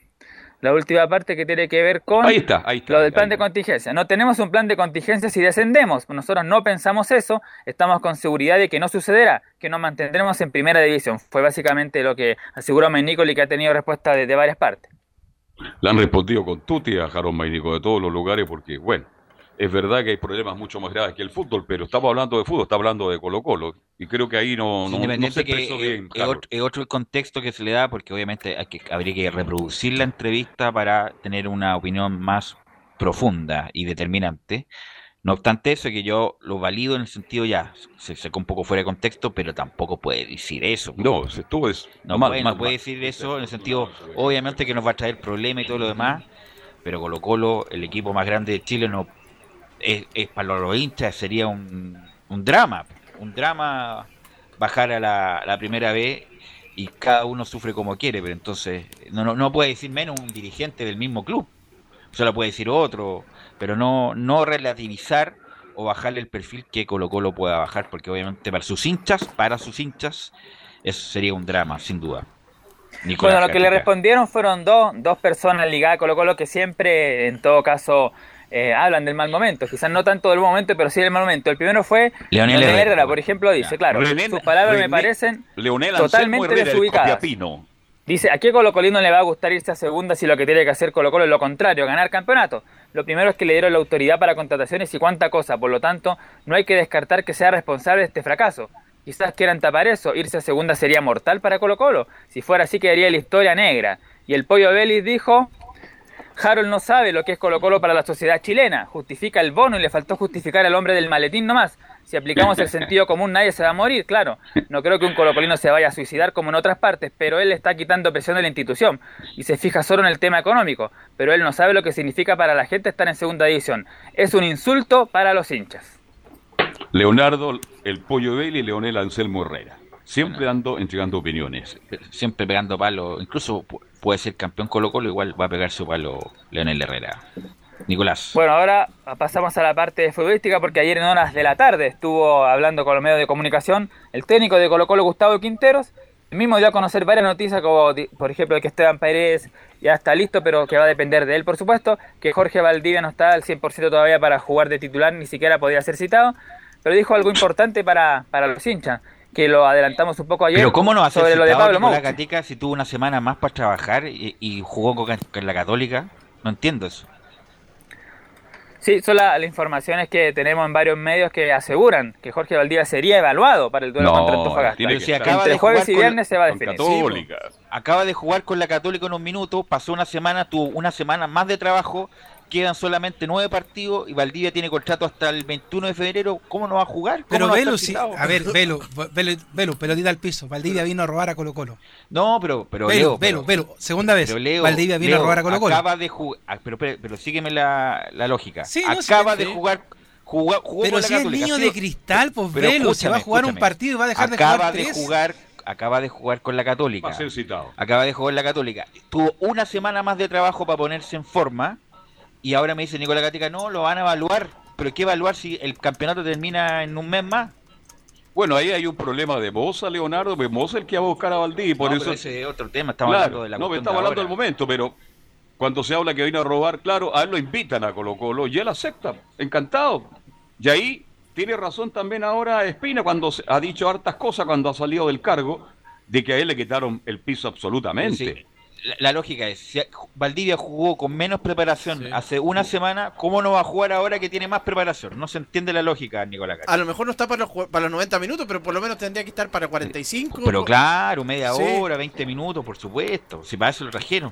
la última parte que tiene que ver con ahí está, ahí está, lo del plan ahí de contingencia. No tenemos un plan de contingencia si descendemos, nosotros no pensamos eso, estamos con seguridad de que no sucederá, que nos mantendremos en primera división. Fue básicamente lo que aseguró Menicoli, que ha tenido respuesta de, de varias partes. Le han respondido con tuti a Jarón Mainico de todos los lugares porque, bueno, es verdad que hay problemas mucho más graves que el fútbol, pero estamos hablando de fútbol, está hablando de Colo-Colo, y creo que ahí no, no, no se expresó que bien. Es, Claro. otro, es otro el contexto que se le da, porque obviamente hay que, habría que reproducir la entrevista para tener una opinión más profunda y determinante. No obstante eso, que yo lo valido en el sentido ya, se sacó un poco fuera de contexto, pero tampoco puede decir eso. No, esto es no, mal, puede, mal, no puede mal. decir eso en el sentido, obviamente que nos va a traer problemas y todo lo demás, pero Colo Colo, el equipo más grande de Chile, no es, es para los hinchas sería un, un drama, un drama bajar a la, la primera vez y cada uno sufre como quiere, pero entonces no, no, no puede decir menos un dirigente del mismo club, solo puede decir otro, pero no, no relativizar o bajarle el perfil que Colo Colo pueda bajar, porque obviamente para sus hinchas, para sus hinchas, eso sería un drama, sin duda. Nicolás Bueno, lo que le Gatica. respondieron fueron dos, dos personas ligadas a Colo Colo que siempre, en todo caso, eh, hablan del mal momento. Quizás no tanto del buen momento, pero sí del mal momento. El primero fue Leonel Leonel Herrera. Herrera, por ejemplo, dice, claro, Leonel- sus palabras me Leonel- parecen Leonel Anselmo totalmente Herrera, el desubicadas. Copiapino. Dice, ¿a qué Colo Colino le va a gustar irse a segunda si lo que tiene que hacer Colo Colo es lo contrario, ganar campeonato? Lo primero es que le dieron la autoridad para contrataciones y cuánta cosa, por lo tanto, no hay que descartar que sea responsable de este fracaso. Quizás quieran tapar eso, irse a segunda sería mortal para Colo Colo. Si fuera así quedaría la historia negra. Y el Pollo Vélez dijo, Harold no sabe lo que es Colo Colo para la sociedad chilena, justifica el bono y le faltó justificar al hombre del maletín nomás. Si aplicamos el sentido común nadie se va a morir, claro. No creo que un colocolino se vaya a suicidar como en otras partes, pero él está quitando presión de la institución y se fija solo en el tema económico, pero él no sabe lo que significa para la gente estar en segunda división. Es un insulto para los hinchas. Leonardo, el Pollo Vélez y Leonel Anselmo Herrera. Siempre dando, entregando opiniones. Siempre pegando palo, incluso pu- puede ser campeón Colo Colo, igual va a pegar su palo Leonel Herrera. Nicolás. Bueno, ahora pasamos a la parte futbolística porque ayer en horas de la tarde estuvo hablando con los medios de comunicación el técnico de Colo Colo, Gustavo Quinteros. El mismo dio a conocer varias noticias, como por ejemplo que Esteban Pérez ya está listo, pero que va a depender de él, por supuesto, que Jorge Valdivia no está al cien por ciento todavía para jugar de titular, ni siquiera podría ser citado, pero dijo algo importante para, para los hinchas, que lo adelantamos un poco ayer. Pero ¿cómo no va a ser sobre lo de citado Pablo Nicolás Mouche. Gatica si tuvo una semana más para trabajar y, y jugó con, con la Católica? No entiendo eso. Sí, son las la informaciones que tenemos en varios medios que aseguran que Jorge Valdivia sería evaluado para el duelo No, contra Antofagasta. tiene que Si estar. acaba Entre de jueves jugar y con- viernes se va a con definir. Católica. Acaba de jugar con la Católica en un minuto, pasó una semana, tuvo una semana más de trabajo, quedan solamente nueve partidos y Valdivia tiene contrato hasta el veintiuno de febrero. ¿Cómo no va a jugar? ¿Cómo Pero no va a Velo, estar sí, citado? a ver, Velo, Velo, Velo, pelotita al piso. Valdivia vino a robar a Colo Colo. No, pero, pero Velo, Leo, Velo, pero- Velo, segunda vez. pero Leo, Valdivia vino Leo, a robar a Colo Colo. Acaba de jugar, ah, pero, pero, pero sígueme la, la lógica. Sí, no, acaba sí, de sí. jugar, jugó, jugó Pero con la si es Católica. niño ha de sido- cristal, pues pero Velo, se va a escúchame, jugar un escúchame. partido y va a dejar de acaba jugar de tres. jugar, acaba de jugar con la Católica. Va a ser citado. Acaba de jugar la Católica. Tuvo una semana más de trabajo para ponerse en forma. Y ahora me dice Nicolás Gatica, no, lo van a evaluar. ¿Pero qué evaluar si el campeonato termina en un mes más? Bueno, ahí hay un problema de Moza, Leonardo, porque Moza es el que va a buscar a Valdivia. Por No, eso pero ese es otro tema, estamos Claro, hablando de la no, cuestión estamos de hablando ahora. del momento, pero cuando se habla que vino a robar, claro, a él lo invitan a Colo Colo y él acepta, encantado. Y ahí tiene razón también ahora Espina cuando se- ha dicho hartas cosas cuando ha salido del cargo, de que a él le quitaron el piso absolutamente. Sí. La, la lógica es, si Valdivia jugó con menos preparación hace una semana, ¿cómo no va a jugar ahora que tiene más preparación? No se entiende la lógica, Nicolás Gatica. A lo mejor no está para los, para los noventa minutos, pero por lo menos tendría que estar para cuarenta y cinco. Pero claro, media Sí. hora, veinte minutos, por supuesto. Si para eso lo trajeron.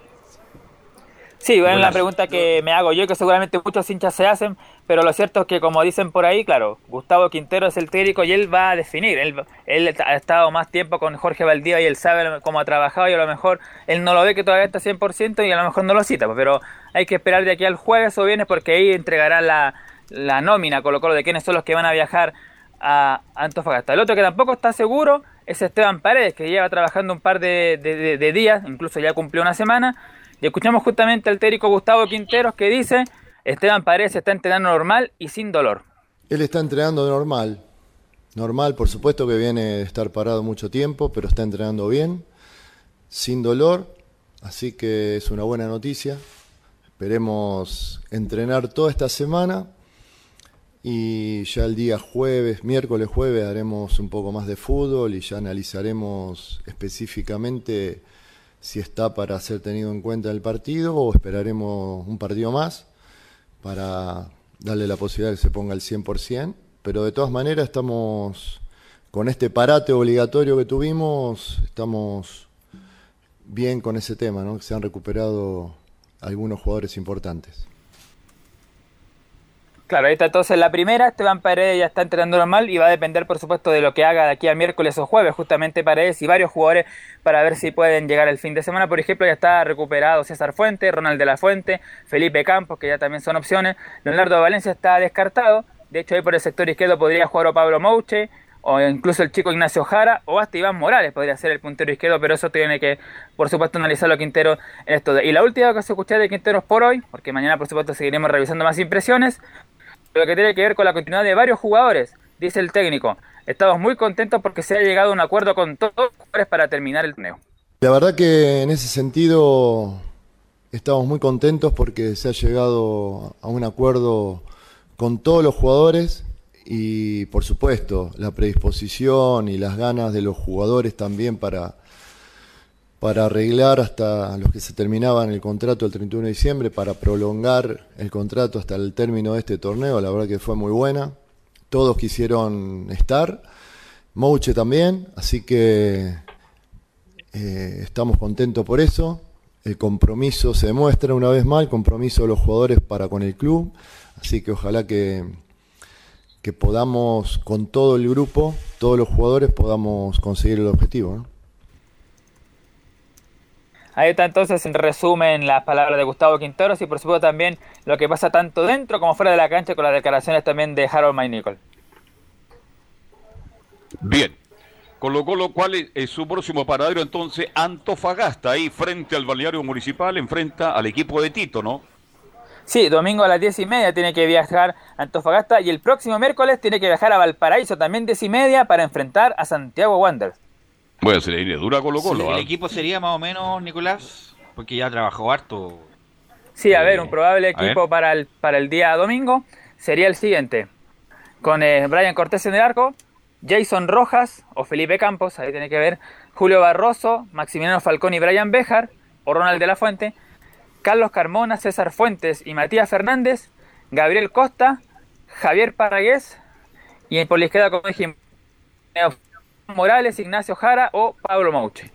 Sí, bueno, Nicolás. la pregunta que me hago yo, que seguramente muchos hinchas se hacen, pero lo cierto es que, como dicen por ahí, claro, Gustavo Quintero es el técnico y él va a definir. Él, él ha estado más tiempo con Jorge Valdivia y él sabe cómo ha trabajado y a lo mejor él no lo ve que todavía está cien por ciento y a lo mejor no lo cita, pues, pero hay que esperar de aquí al jueves o viernes porque ahí entregará la, la nómina Colo Colo de quiénes son los que van a viajar a Antofagasta. El otro que tampoco está seguro es Esteban Paredes, que lleva trabajando un par de, de, de, de días, incluso ya cumplió una semana. Y escuchamos justamente al técnico Gustavo Quinteros que dice, Esteban Paredes está entrenando normal y sin dolor. Él está entrenando normal. Normal, por supuesto que viene de estar parado mucho tiempo, pero está entrenando bien, sin dolor, así que es una buena noticia. Esperemos entrenar toda esta semana y ya el día jueves, miércoles, jueves, haremos un poco más de fútbol y ya analizaremos específicamente si está para ser tenido en cuenta en el partido o esperaremos un partido más para darle la posibilidad de que se ponga al cien por ciento. Pero de todas maneras estamos, con este parate obligatorio que tuvimos, estamos bien con ese tema, ¿no? Que se han recuperado algunos jugadores importantes. Claro, ahí está entonces la primera. Esteban Paredes ya está entrenando normal y va a depender, por supuesto, de lo que haga de aquí a miércoles o jueves, justamente Paredes y varios jugadores para ver si pueden llegar el fin de semana. Por ejemplo, ya está recuperado César Fuentes, Ronald de la Fuente, Felipe Campos, que ya también son opciones. Leonardo Valencia está descartado. De hecho, ahí por el sector izquierdo podría jugar o Pablo Mouche, o incluso el chico Ignacio Jara, o hasta Iván Morales podría ser el puntero izquierdo, pero eso tiene que, por supuesto, analizarlo Quintero en esto. Y la última que se escuché de Quinteros por hoy, porque mañana, por supuesto, seguiremos revisando más impresiones, lo que tiene que ver con la continuidad de varios jugadores, dice el técnico. Estamos muy contentos porque se ha llegado a un acuerdo con todos los jugadores para terminar el torneo. La verdad que en ese sentido estamos muy contentos porque se ha llegado a un acuerdo con todos los jugadores y, por supuesto, la predisposición y las ganas de los jugadores también para, para arreglar hasta los que se terminaban el contrato el treinta y uno de diciembre, para prolongar el contrato hasta el término de este torneo. La verdad que fue muy buena. Todos quisieron estar, Mouche también, así que eh, estamos contentos por eso. El compromiso se demuestra una vez más, el compromiso de los jugadores para con el club. Así que ojalá que, que podamos, con todo el grupo, todos los jugadores, podamos conseguir el objetivo, ¿no? Ahí está entonces en resumen las palabras de Gustavo Quinteros y por supuesto también lo que pasa tanto dentro como fuera de la cancha con las declaraciones también de Harold Maynicol. Bien, Colo Colo, ¿cuál es, es su próximo paradero entonces? Antofagasta, ahí frente al balneario municipal, enfrenta al equipo de Tito, ¿no? Sí, domingo a las diez y media tiene que viajar a Antofagasta y el próximo miércoles tiene que viajar a Valparaíso también diez y media para enfrentar a Santiago Wanderers. Bueno, se le viene dura Colo Colo. Sí, ¿eh? ¿El equipo sería más o menos, Nicolás? Porque ya trabajó harto. Sí, a ver, un probable equipo para el, para el día domingo sería el siguiente. Con eh, Brian Cortés en el arco, Jason Rojas o Felipe Campos, ahí tiene que ver, Julio Barroso, Maximiliano Falcón y Brian Béjar, o Ronald de la Fuente, Carlos Carmona, César Fuentes y Matías Fernández, Gabriel Costa, Javier Parragués y por la izquierda, como dijimos, Morales, Ignacio Jara o Pablo Mouche.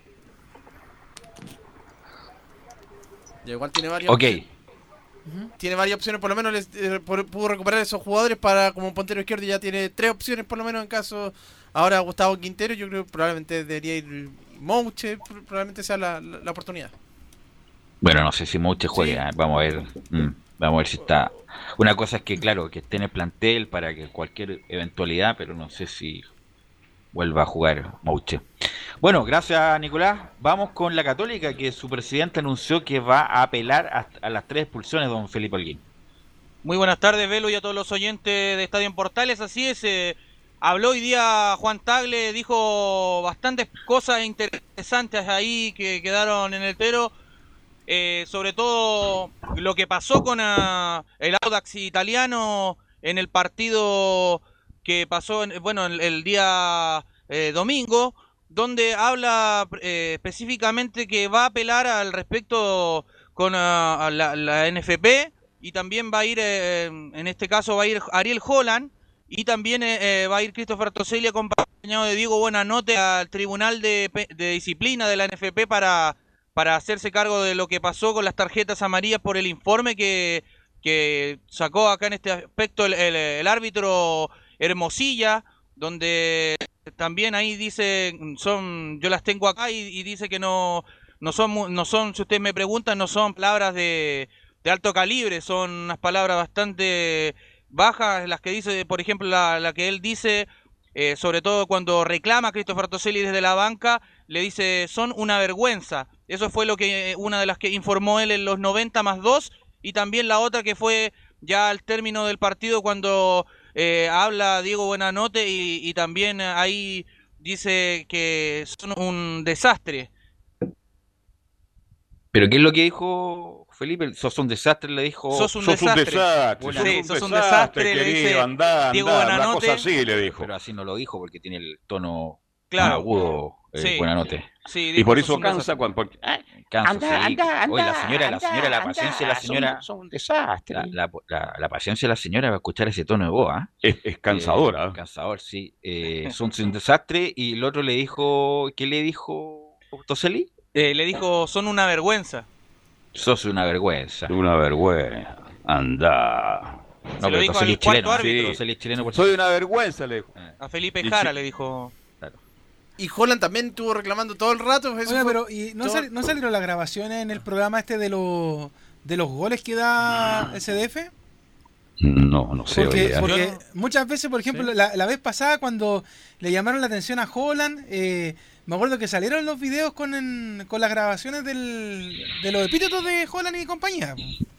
Y igual tiene varias Ok. opciones. Uh-huh. Tiene varias opciones, por lo menos les, eh, por, pudo recuperar esos jugadores para como puntero izquierdo y ya tiene tres opciones por lo menos en caso. Ahora Gustavo Quintero, yo creo que probablemente debería ir Mouche, probablemente sea la, la, la oportunidad. Bueno, no sé si Mouche juega, sí. Vamos a ver, mm, vamos a ver si está. Una cosa es que, claro, que esté en el plantel para que cualquier eventualidad, pero no sé si vuelva a jugar Mouche. Bueno, gracias Nicolás. Vamos con la Católica, que su presidente anunció que va a apelar a, a las tres expulsiones, don Felipe Holguín. Muy buenas tardes, Velo, y a todos los oyentes de Estadio en Portales. Así es, eh, habló hoy día Juan Tagle, dijo bastantes cosas interesantes ahí que quedaron en el tero. Eh, sobre todo lo que pasó con uh, el Audax italiano en el partido que pasó en, bueno el, el día eh, domingo, donde habla eh, específicamente que va a apelar al respecto con uh, la, la N F P y también va a ir, eh, en este caso va a ir Ariel Holland y también eh, va a ir Christopher Toselli acompañado de Diego Buenanote al Tribunal de, de Disciplina de la N F P para para hacerse cargo de lo que pasó con las tarjetas amarillas por el informe que, que sacó acá en este aspecto el, el, el árbitro Hermosilla, donde también ahí dice, son, yo las tengo acá y, y dice que no, no son, no son, si ustedes me preguntan, no son palabras de, de alto calibre, son unas palabras bastante bajas, las que dice, por ejemplo, la, la que él dice, eh, sobre todo cuando reclama a Christopher Toselli desde la banca, le dice, son una vergüenza. Eso fue lo que una de las que informó él en los noventa más dos y también la otra que fue ya al término del partido cuando eh, habla Diego Buenanote y, y también ahí dice que son un desastre. ¿Pero qué es lo que dijo Felipe? ¿Sos un desastre? Le dijo. Sos un sos desastre. Un desastre. Bueno, sos sí, un sos un desastre, desastre, le querido, dice andá, Diego andá, Buenanote. una cosa así le dijo. Pero así no lo dijo porque tiene el tono Claro. más agudo, eh, Sí. Buenanote. Sí, Y dijo, por sos eso un cansa desastre. cuando. Porque, ay, Cansa, anda, sí. anda, anda, Oye, la señora, la anda, señora, la anda, paciencia de la señora. Son, son un desastre. La, la, la, la paciencia de la señora va a escuchar ese tono de voz, ¿ah? Es, es cansadora. Eh, cansador, sí. Eh, son un desastre. Y el otro le dijo. ¿Qué le dijo Toselli? Eh, le dijo, son una vergüenza. Sos una vergüenza. Una vergüenza. Anda. Se No, lo pero dijo Toselli al es chileno. cuarto árbitro. Sí. Toselli es chileno por Soy una vergüenza, le dijo. A Felipe Y Jara chi- le dijo. Y Holland también estuvo reclamando todo el rato. Eso Oiga, fue pero ¿y no, todo- sal- no salieron las grabaciones en el programa este de los de los goles que da S D F? No, no sé. Porque, oye, porque muchas veces, por ejemplo, la, la vez pasada cuando le llamaron la atención a Holland, eh, me acuerdo que salieron los videos con, en- con las grabaciones del, de los epítetos de Holland y compañía.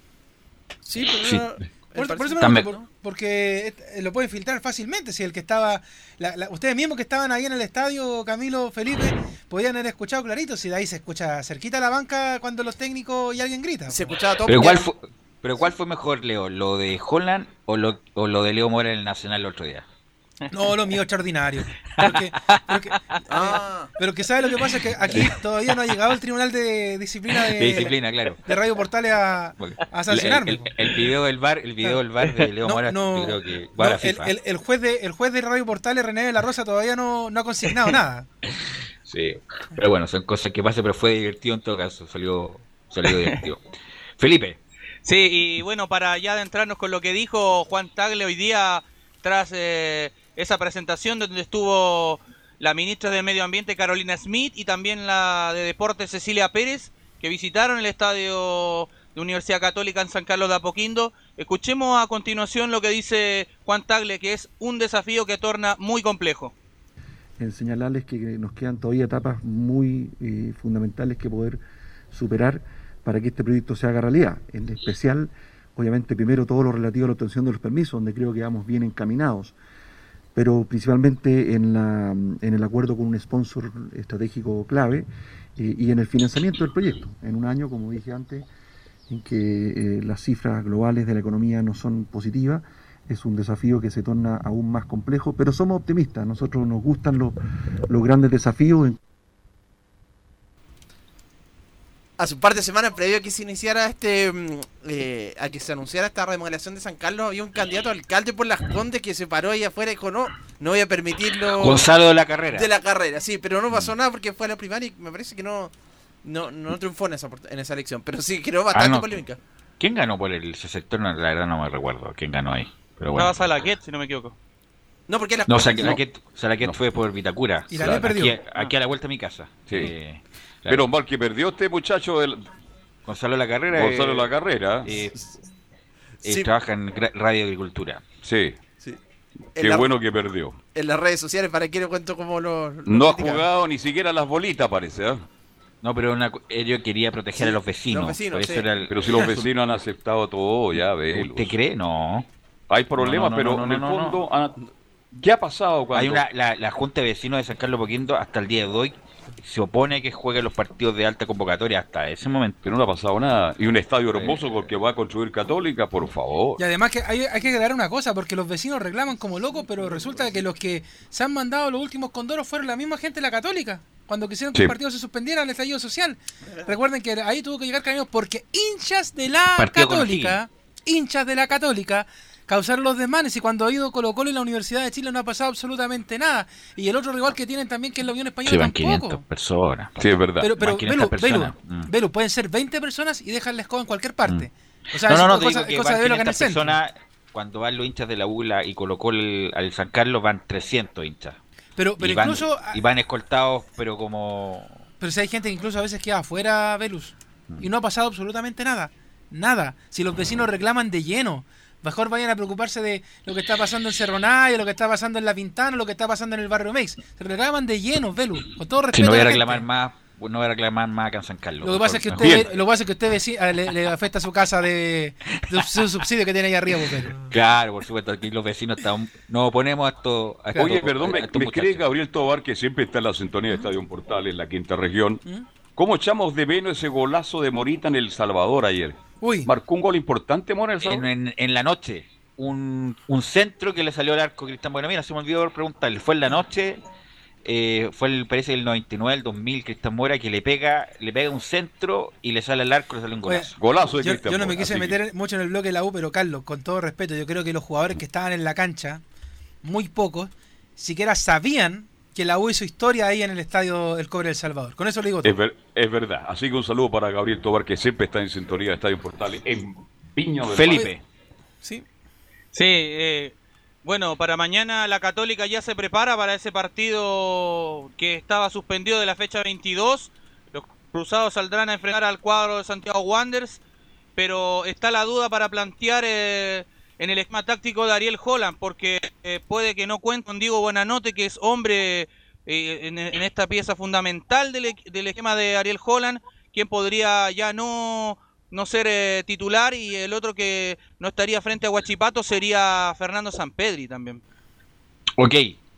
Sí, pero Sí. no- Por, el por eso me También. pregunto, por- porque eh, lo pueden filtrar fácilmente. Si el que estaba, la- la- ustedes mismos que estaban ahí en el estadio, Camilo, Felipe, podían haber escuchado clarito. Si de ahí se escucha cerquita la banca cuando los técnicos y alguien grita. se escuchaba todo. Pero porque- ¿cuál fue, pero ¿cuál fue mejor, Leo? ¿Lo de Holland o lo, o lo de Leo Mora en el Nacional el otro día? No, lo mío extraordinario. Porque, porque, Ah. eh, pero que sabe lo que pasa es que aquí todavía no ha llegado el Tribunal de Disciplina de, De disciplina, claro. de Radio Portales a, a sancionarme. El, el- el video del bar, el video del bar de Leo No, Mora, no, yo creo que no, va a la el, FIFA. el- el juez de, el juez de Radio Portales, René de la Rosa, todavía no, no ha consignado nada. Sí, pero bueno, son cosas que pasan, pero fue divertido en todo caso, salió, salió divertido. Felipe. Sí, y bueno, para ya adentrarnos con lo que dijo Juan Tagle hoy día, tras eh, esa presentación donde estuvo la ministra de Medio Ambiente Carolina Smith y también la de Deportes Cecilia Pérez, que visitaron el estadio de Universidad Católica en San Carlos de Apoquindo. Escuchemos a continuación lo que dice Juan Tagle, que es un desafío que torna muy complejo. En señalarles que nos quedan todavía etapas muy eh, fundamentales que poder superar para que este proyecto se haga realidad. En especial, obviamente, primero todo lo relativo a la obtención de los permisos, donde creo que vamos bien encaminados, pero principalmente en, la, en el acuerdo con un sponsor estratégico clave eh, y en el financiamiento del proyecto. En un año, como dije antes, en que eh, las cifras globales de la economía no son positivas, es un desafío que se torna aún más complejo, pero somos optimistas, nosotros nos gustan los, los grandes desafíos. Hace un par de semanas, previo a que se iniciara este, mm, eh, a que se anunciara esta remodelación de San Carlos, había un candidato a alcalde por Las Condes que se paró ahí afuera y dijo, no, no voy a permitirlo. Gonzalo de la Carrera. De la Carrera, sí, pero no pasó nada porque fue a la primaria y me parece que no, no, no triunfó en esa, en esa elección, pero sí creó bastante Ah, no. polémica. ¿Quién ganó por el ese sector? No, la verdad no me recuerdo quién ganó ahí. Pero bueno. Estaba Salaquet, si no me equivoco. No, porque las No, cosas- Salaquet, Salaquet fue por Vitacura. Y la ley perdió. Aquí, aquí a la vuelta de mi casa. Sí. Eh, claro. Pero mal que perdió este muchacho del Gonzalo de la Carrera. Gonzalo eh, La Carrera. eh, eh, Sí. trabaja en gra- Radio Agricultura. Sí. Sí. Qué En la- bueno que perdió. En las redes sociales, ¿para qué le cuento cómo lo, lo No ha criticaban? jugado ni siquiera las bolitas, parece, ¿eh? No, pero una, co- yo quería proteger Sí, a los vecinos. los vecinos, por eso sí. era el- Pero si los vecinos han aceptado todo, ya ves. ¿Usted cree? No. Hay problemas, No, no, no, pero no, en no, el no, no. fondo, ah, ¿qué ha pasado cuando Hay una, la, la Junta de Vecinos de San Carlos Poquindo hasta el día de hoy se opone a que jueguen los partidos de alta convocatoria hasta ese momento. Pero no ha pasado nada. Y un estadio hermoso porque va a construir Católica, por favor. Y además que hay, hay que aclarar una cosa, porque los vecinos reclaman como locos, pero resulta que los que se han mandado los últimos condoros fueron la misma gente de la Católica. Cuando quisieron que Sí. el partido se suspendiera, el estallido social. Recuerden que ahí tuvo que llegar Carabineros porque hinchas de la Partido con Católica, hinchas de la Católica, causaron los desmanes, y cuando ha ido Colo Colo y la Universidad de Chile no ha pasado absolutamente nada. Y el otro rival que tienen también, que es la Unión Española, Se van tampoco. quinientas personas. Sí, es verdad. Pero, pero Van quinientas Belu, Belu, personas. Mm. Belu, pueden ser veinte personas y dejan la escoba en cualquier parte. O sea, No, es no, no, cosa, te digo es que cosa van de verlo acá en el quinientas centro. personas, cuando van los hinchas de la U L A y colocó el, al San Carlos van trescientos hinchas. Pero, pero y van, incluso... y van escoltados, pero como... Pero si hay gente que incluso a veces queda afuera, Velus, y no ha pasado absolutamente nada. Nada. Si los vecinos reclaman de lleno, mejor vayan a preocuparse de lo que está pasando en Cerro Navia, lo que está pasando en La Pintana, lo que está pasando en el barrio Meix. Se reclaman de lleno, Velus, con todo respeto. Si no voy a la reclamar gente. más, no voy a reclamar más acá en San Carlos. Lo que pasa es que usted, lo que pasa es que usted veci- le, le afecta a su casa de, de su subsidio que tiene ahí arriba, porque... Claro, por supuesto, aquí los vecinos están, nos oponemos a esto. A Oye, esto, perdón, me, me escribe Gabriel Tobar, que siempre está en la sintonía de Estadio Portales, en la quinta región. ¿Mm? ¿Cómo echamos de menos ese golazo de Morita en El Salvador ayer? Uy. Marcó un gol importante, Mora, El Salvador. En, en, en la noche, un, un centro que le salió al arco Cristian Buena. Mira, se me olvidó preguntarle, fue en la noche... Eh, fue el, parece el noventa y nueve, el dos mil, Cristian Mora, que le pega le pega un centro y le sale al arco, le sale un golazo. Oye, golazo de yo, Cristian yo no Mora, me quise meter que... mucho en el bloque de la U, pero Carlos, con todo respeto, yo creo que los jugadores que estaban en la cancha, muy pocos, siquiera sabían que la U hizo historia ahí en el estadio El Cobre del Salvador. Con eso le digo todo. Es, ver, es verdad. Así que un saludo para Gabriel Tobar, que siempre está en sintonía de Estadio Portales, en Viña del Felipe. Mar. Sí. Sí, eh... Bueno, para mañana la Católica ya se prepara para ese partido que estaba suspendido de la fecha veintidós. Los cruzados saldrán a enfrentar al cuadro de Santiago Wanderers, pero está la duda para plantear eh, en el esquema táctico de Ariel Holland, porque eh, puede que no cuente con Diego Buenanote, que es hombre eh, en, en esta pieza fundamental del, del esquema de Ariel Holland, quien podría ya no... no ser eh, titular, y el otro que no estaría frente a Huachipato sería Fernando Sampedri también. Ok,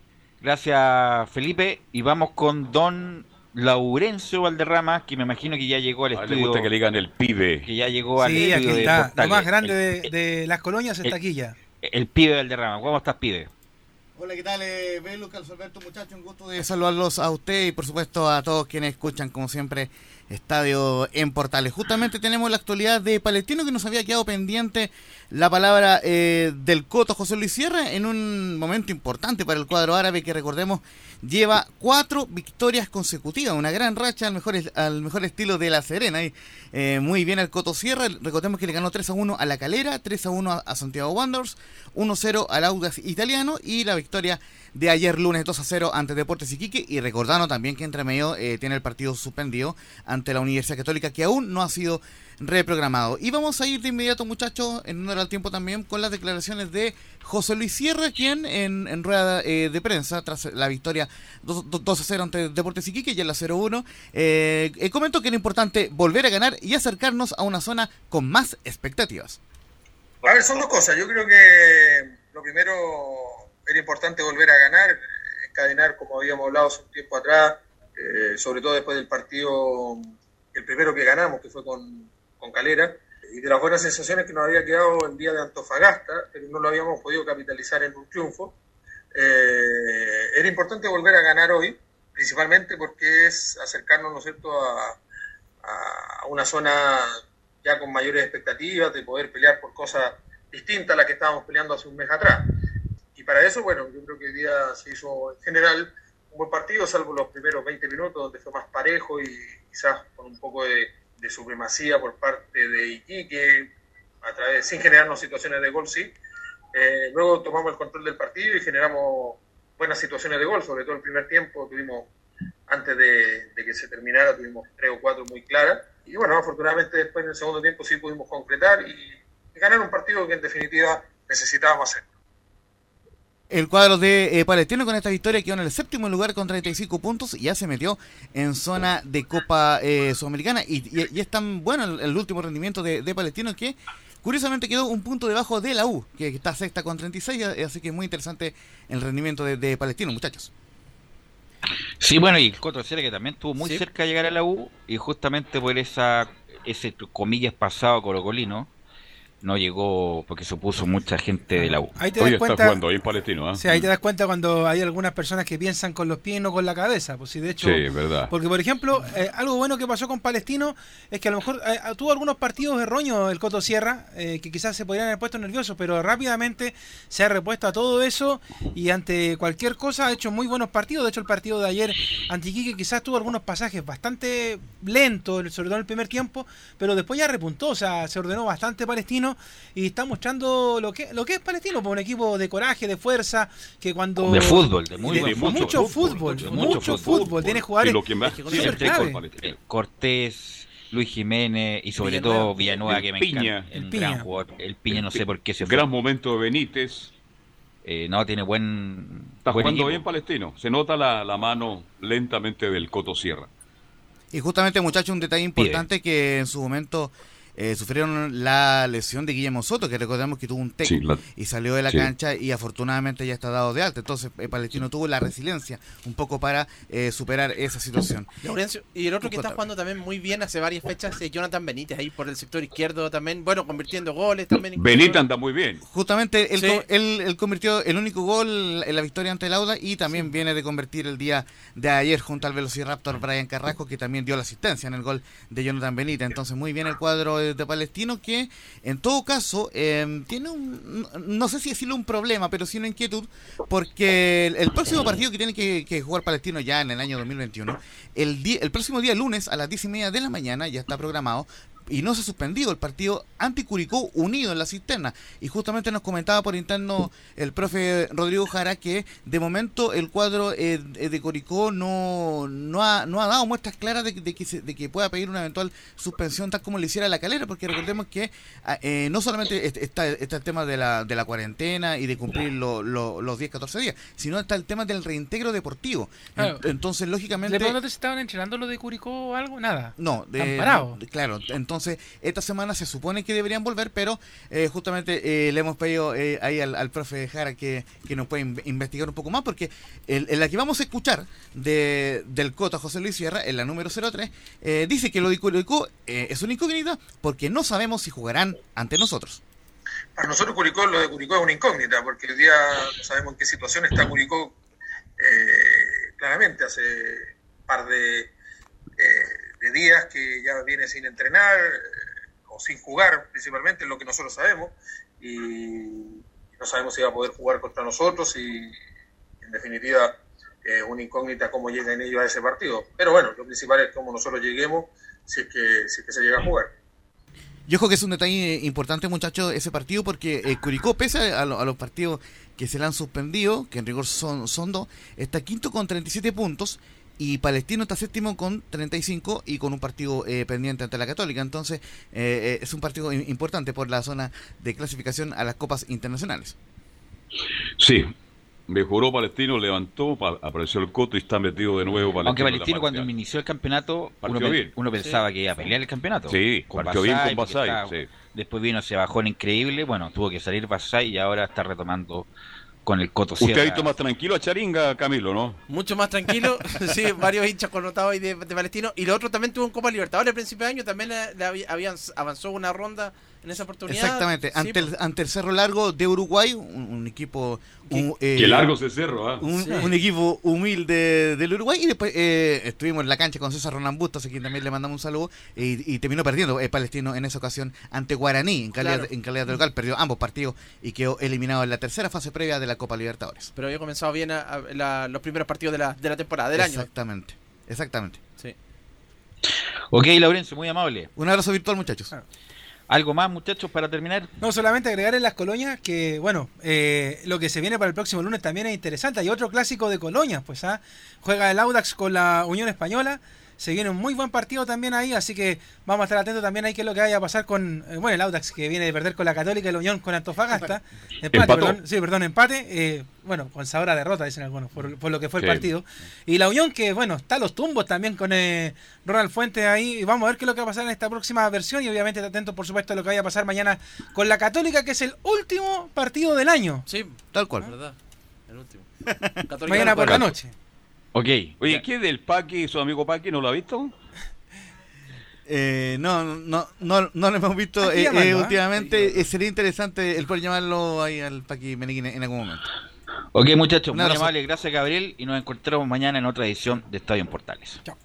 gracias Felipe, y vamos con don Laurencio Valderrama, que me imagino que ya llegó al a estudio. Le gusta que le digan el pibe. Que ya llegó al sí, estudio aquí está, de Portales. Lo más grande el, de, de las colonias está el, aquí ya. El pibe Valderrama, ¿cómo estás, pibe? Hola, ¿qué tal? Eh, Belu, Carlos Alberto, muchachos, un gusto de saludarlos a usted y por supuesto a todos quienes escuchan, como siempre, Estadio en Portales. Justamente tenemos la actualidad de Palestino, que nos había quedado pendiente la palabra eh, del Coto José Luis Sierra en un momento importante para el cuadro árabe, que recordemos lleva cuatro victorias consecutivas, una gran racha al mejor, al mejor estilo de La Serena. Y, eh, muy bien el Coto Sierra, recordemos que le ganó tres a uno a La Calera, tres a uno a, a Santiago Wanderers, uno a cero al Audax Italiano, y la victoria de ayer lunes dos a cero ante Deportes Iquique, y recordando también que entre medio eh, tiene el partido suspendido ante la Universidad Católica, que aún no ha sido reprogramado. Y vamos a ir de inmediato, muchachos, en honor al tiempo también, con las declaraciones de José Luis Sierra, quien en, en rueda eh, de prensa, tras la victoria dos a cero ante Deportes Iquique y en la cero uno, eh, eh, comentó que era importante volver a ganar y acercarnos a una zona con más expectativas. A ver, son dos cosas. Yo creo que lo primero, era importante volver a ganar, encadenar, como habíamos hablado hace un tiempo atrás, eh, sobre todo después del partido, el primero que ganamos, que fue con, con Calera, y de las buenas sensaciones que nos había quedado el día de Antofagasta, pero no lo habíamos podido capitalizar en un triunfo. Eh, era importante volver a ganar hoy, principalmente porque es acercarnos, ¿no es cierto?, a, a una zona ya con mayores expectativas, de poder pelear por cosas distintas a las que estábamos peleando hace un mes atrás. Y para eso, bueno, yo creo que hoy día se hizo en general un buen partido, salvo los primeros veinte minutos, donde fue más parejo y quizás con un poco de, de supremacía por parte de Iquique, a través, sin generarnos situaciones de gol, sí. Eh, luego tomamos el control del partido y generamos buenas situaciones de gol, sobre todo el primer tiempo tuvimos, antes de, de que se terminara, tuvimos tres o cuatro muy claras. Y bueno, afortunadamente después en el segundo tiempo sí pudimos concretar y, y ganar un partido que en definitiva necesitábamos hacer. El cuadro de eh, Palestino con esta victoria quedó en el séptimo lugar con treinta y cinco puntos y ya se metió en zona de Copa eh, Sudamericana, y, y, y es tan bueno el, el último rendimiento de, de Palestino que curiosamente quedó un punto debajo de la U, que está sexta con treinta y seis, así que muy interesante el rendimiento de, de Palestino, muchachos. Sí, bueno, y el Coto Sierra, que también estuvo muy sí. cerca de llegar a la U, y justamente por esa ese comillas pasado colocolino no llegó porque se opuso mucha gente de la U. Ahí te Hoy das está cuenta, jugando ahí en Palestino, ¿eh? Sí, ahí te das cuenta cuando hay algunas personas que piensan con los pies y no con la cabeza. Pues sí, de hecho, sí, es verdad. Porque por ejemplo, eh, algo bueno que pasó con Palestino es que a lo mejor eh, tuvo algunos partidos erróneos el Coto Sierra, eh, que quizás se podrían haber puesto nerviosos, pero rápidamente se ha repuesto a todo eso y ante cualquier cosa ha hecho muy buenos partidos. De hecho, el partido de ayer ante Iquique quizás tuvo algunos pasajes bastante lentos, sobre todo en el primer tiempo, pero después ya repuntó, o sea, se ordenó bastante Palestino y está mostrando lo que lo que es Palestino, por un equipo de coraje, de fuerza, que cuando de fútbol, de muy de, buen mucho, mucho fútbol, fútbol, mucho, mucho fútbol, fútbol. Tiene jugadores lo que más siempre Cortés, Luis Jiménez y sobre Villanueva, todo Villanueva, que me Piña, encanta, el un Piña. gran jugador, el Piña, no sé por qué se fue. Gran fue. momento de Benítez. Eh, no, tiene buen Está buen jugando equipo. bien Palestino. Se nota la, la mano lentamente del Coto Sierra. Y justamente, muchachos, un detalle importante Pide. que en su momento eh, sufrieron la lesión de Guillermo Soto, que recordemos que tuvo un T E C sí, la... y salió de la sí. cancha y afortunadamente ya está dado de alta. Entonces, el Palestino tuvo la resiliencia un poco para eh, superar esa situación. Laurencio, y el otro que está jugando también muy bien hace varias fechas es Jonathan Benítez, ahí por el sector izquierdo también, bueno, convirtiendo goles también. Benítez anda muy bien. Justamente, él, sí. él, él convirtió el único gol en la victoria ante el Audax y también sí. viene de convertir el día de ayer junto al Velociraptor Brian Carrasco, que también dio la asistencia en el gol de Jonathan Benítez. Entonces, muy bien el cuadro de, de Palestino, que en todo caso eh, tiene un, no sé si decirlo un problema, pero sí una inquietud, porque el, el próximo partido que tiene que, que jugar Palestino ya en el año dos mil veintiuno, el, día, el próximo día lunes a las diez y media de la mañana ya está programado, y no se ha suspendido el partido ante Curicó unido en la cisterna. Y justamente nos comentaba por interno el profe Rodrigo Jara que de momento el cuadro eh, de Curicó no, no, ha, no ha dado muestras claras de, de, que se, de que pueda pedir una eventual suspensión tal como le hiciera La Calera, porque recordemos que eh, no solamente está, está el tema de la, de la cuarentena y de cumplir lo, lo, los diez, catorce días, sino está el tema del reintegro deportivo. Claro. Entonces, lógicamente... ¿De pronto te estaban entrenando lo de Curicó o algo? Nada. No, de, parado. No, claro, entonces Entonces, esta semana se supone que deberían volver, pero eh, justamente eh, le hemos pedido eh, ahí al, al profe Jara que, que nos pueda in- investigar un poco más, porque el, el la que vamos a escuchar de, del Cota José Luis Sierra, en la número cero tres, eh, dice que lo de Curicó eh, es una incógnita porque no sabemos si jugarán ante nosotros. Para nosotros Curicó, lo de Curicó es una incógnita, porque el día no sabemos en qué situación está Curicó. Eh, claramente hace un par de... Eh, de días que ya viene sin entrenar eh, o sin jugar, principalmente, es lo que nosotros sabemos, y no sabemos si va a poder jugar contra nosotros y, en definitiva, eh, una incógnita cómo llegan ellos a ese partido. Pero bueno, lo principal es cómo nosotros lleguemos, si es que, si es que se llega a jugar. Yo creo que es un detalle importante, muchachos, ese partido, porque eh, Curicó, pese a, lo, a los partidos que se le han suspendido, que en rigor son, son dos, está quinto con treinta y siete puntos, y Palestino está séptimo con treinta y cinco y con un partido eh, pendiente ante la Católica. Entonces eh, eh, es un partido importante por la zona de clasificación a las copas internacionales. Sí, mejoró Palestino, levantó, apareció el Coto y está metido de nuevo Palestino. Aunque Palestino cuando inició el campeonato uno, pe- uno pensaba sí. que iba a pelear el campeonato. Sí, con partió Basay, bien con Basay. Estaba, sí. Después vino ese bajón increíble, bueno, tuvo que salir Basay y ahora está retomando con el Coto Sierra. Usted ha visto más tranquilo a Charinga, Camilo, ¿no? Mucho más tranquilo, sí, varios hinchas connotados ahí de, de Palestino. Y lo otro también tuvo en Copa Libertadores al principio de año, también le, le habían avanzó una ronda en esa oportunidad. Exactamente, sí, ante, el, ante el Cerro Largo de Uruguay, un, un equipo... Un, eh, Qué largo ese cerro, ¿ah? ¿eh? Un, sí. un equipo humilde del Uruguay, y después eh, estuvimos en la cancha con César Ronan Bustos, a quien también le mandamos un saludo, y, y terminó perdiendo el Palestino en esa ocasión ante Guaraní, en calidad, claro. en calidad de local, perdió ambos partidos y quedó eliminado en la tercera fase previa de la Copa Libertadores. Pero había comenzado bien a, a, la, los primeros partidos de la, de la temporada, del exactamente, año. Exactamente, exactamente. Sí. Ok, Laurencio, muy amable. Un abrazo virtual, muchachos. Ah. ¿Algo más, muchachos, para terminar? No, solamente agregar en las colonias que, bueno, eh, lo que se viene para el próximo lunes también es interesante. Hay otro clásico de colonias, pues, ¿ah? Juega el Audax con la Unión Española. Se viene un muy buen partido también ahí, así que vamos a estar atentos también ahí qué es lo que vaya a pasar con, eh, bueno, el Audax que viene de perder con la Católica y la Unión con Antofagasta. Empate, perdón, sí, perdón, empate, eh, bueno, con sabor a derrota, dicen algunos, por, por lo que fue sí. el partido. Y la Unión que, bueno, está a los tumbos también con eh, Ronald Fuentes ahí, y vamos a ver qué es lo que va a pasar en esta próxima versión, y obviamente atentos, por supuesto, a lo que vaya a pasar mañana con la Católica, que es el último partido del año. Sí, tal cual. ¿Ah? ¿Verdad? El último. Mañana por la noche. Ok. Oye, ¿qué del Paqui, su amigo Paqui, no lo ha visto? Eh, no, no, no, no lo hemos visto eh, llamando, eh, últimamente. Eh, sería interesante el poder llamarlo ahí al Paqui Meneguín en algún momento. Ok, muchachos, muy amables. Gracias, Gabriel. Y nos encontramos mañana en otra edición de Estadio en Portales. Chao.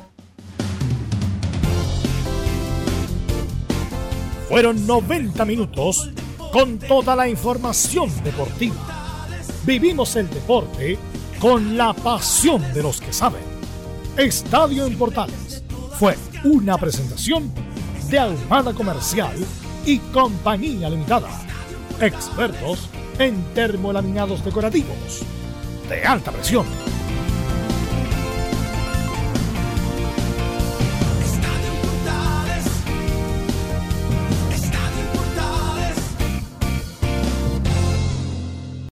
Fueron noventa minutos con toda la información deportiva. Vivimos el deporte con la pasión de los que saben. Estadio en Portales fue una presentación de Ahumada Comercial y Compañía Limitada. Expertos en termolaminados decorativos de alta presión.